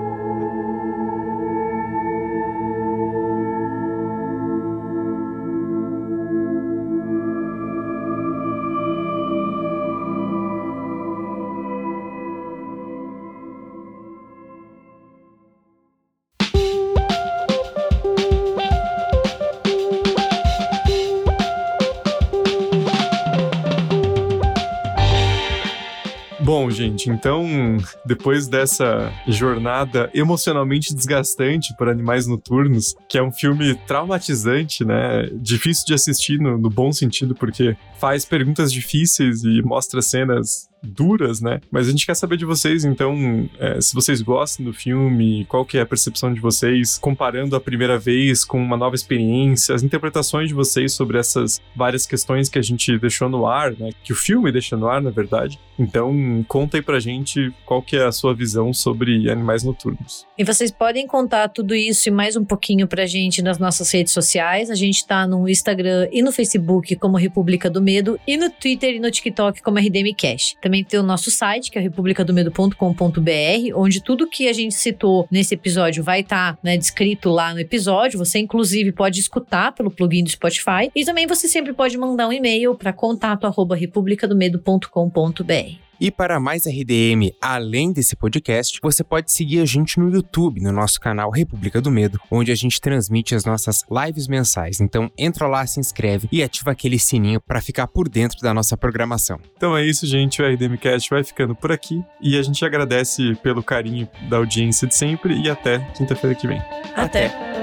Bom, gente, então, depois dessa jornada emocionalmente desgastante por Animais Noturnos, que é um filme traumatizante, né? Difícil de assistir no, no bom sentido, porque faz perguntas difíceis e mostra cenas duras, né? Mas a gente quer saber de vocês, então, é, se vocês gostam do filme, qual que é a percepção de vocês, comparando a primeira vez com uma nova experiência, as interpretações de vocês sobre essas várias questões que a gente deixou no ar, né? Que o filme deixa no ar, na verdade. Então, conta aí pra gente qual que é a sua visão sobre Animais Noturnos. E vocês podem contar tudo isso e mais um pouquinho pra gente nas nossas redes sociais. A gente tá no Instagram e no Facebook como República do Medo e no Twitter e no TikTok como R D M Cast. Também tem o nosso site, que é republica do medo ponto com ponto b r, onde tudo que a gente citou nesse episódio vai estar, tá, né, descrito lá no episódio. Você, inclusive, pode escutar pelo plugin do Spotify. E também você sempre pode mandar um e-mail para contato arroba republica do medo ponto com ponto b r. E para mais R D M, além desse podcast, você pode seguir a gente no YouTube, no nosso canal República do Medo, onde a gente transmite as nossas lives mensais. Então entra lá, se inscreve e ativa aquele sininho para ficar por dentro da nossa programação. Então é isso, gente. O R D M Cast vai ficando por aqui e a gente agradece pelo carinho da audiência de sempre e até quinta-feira que vem. Até!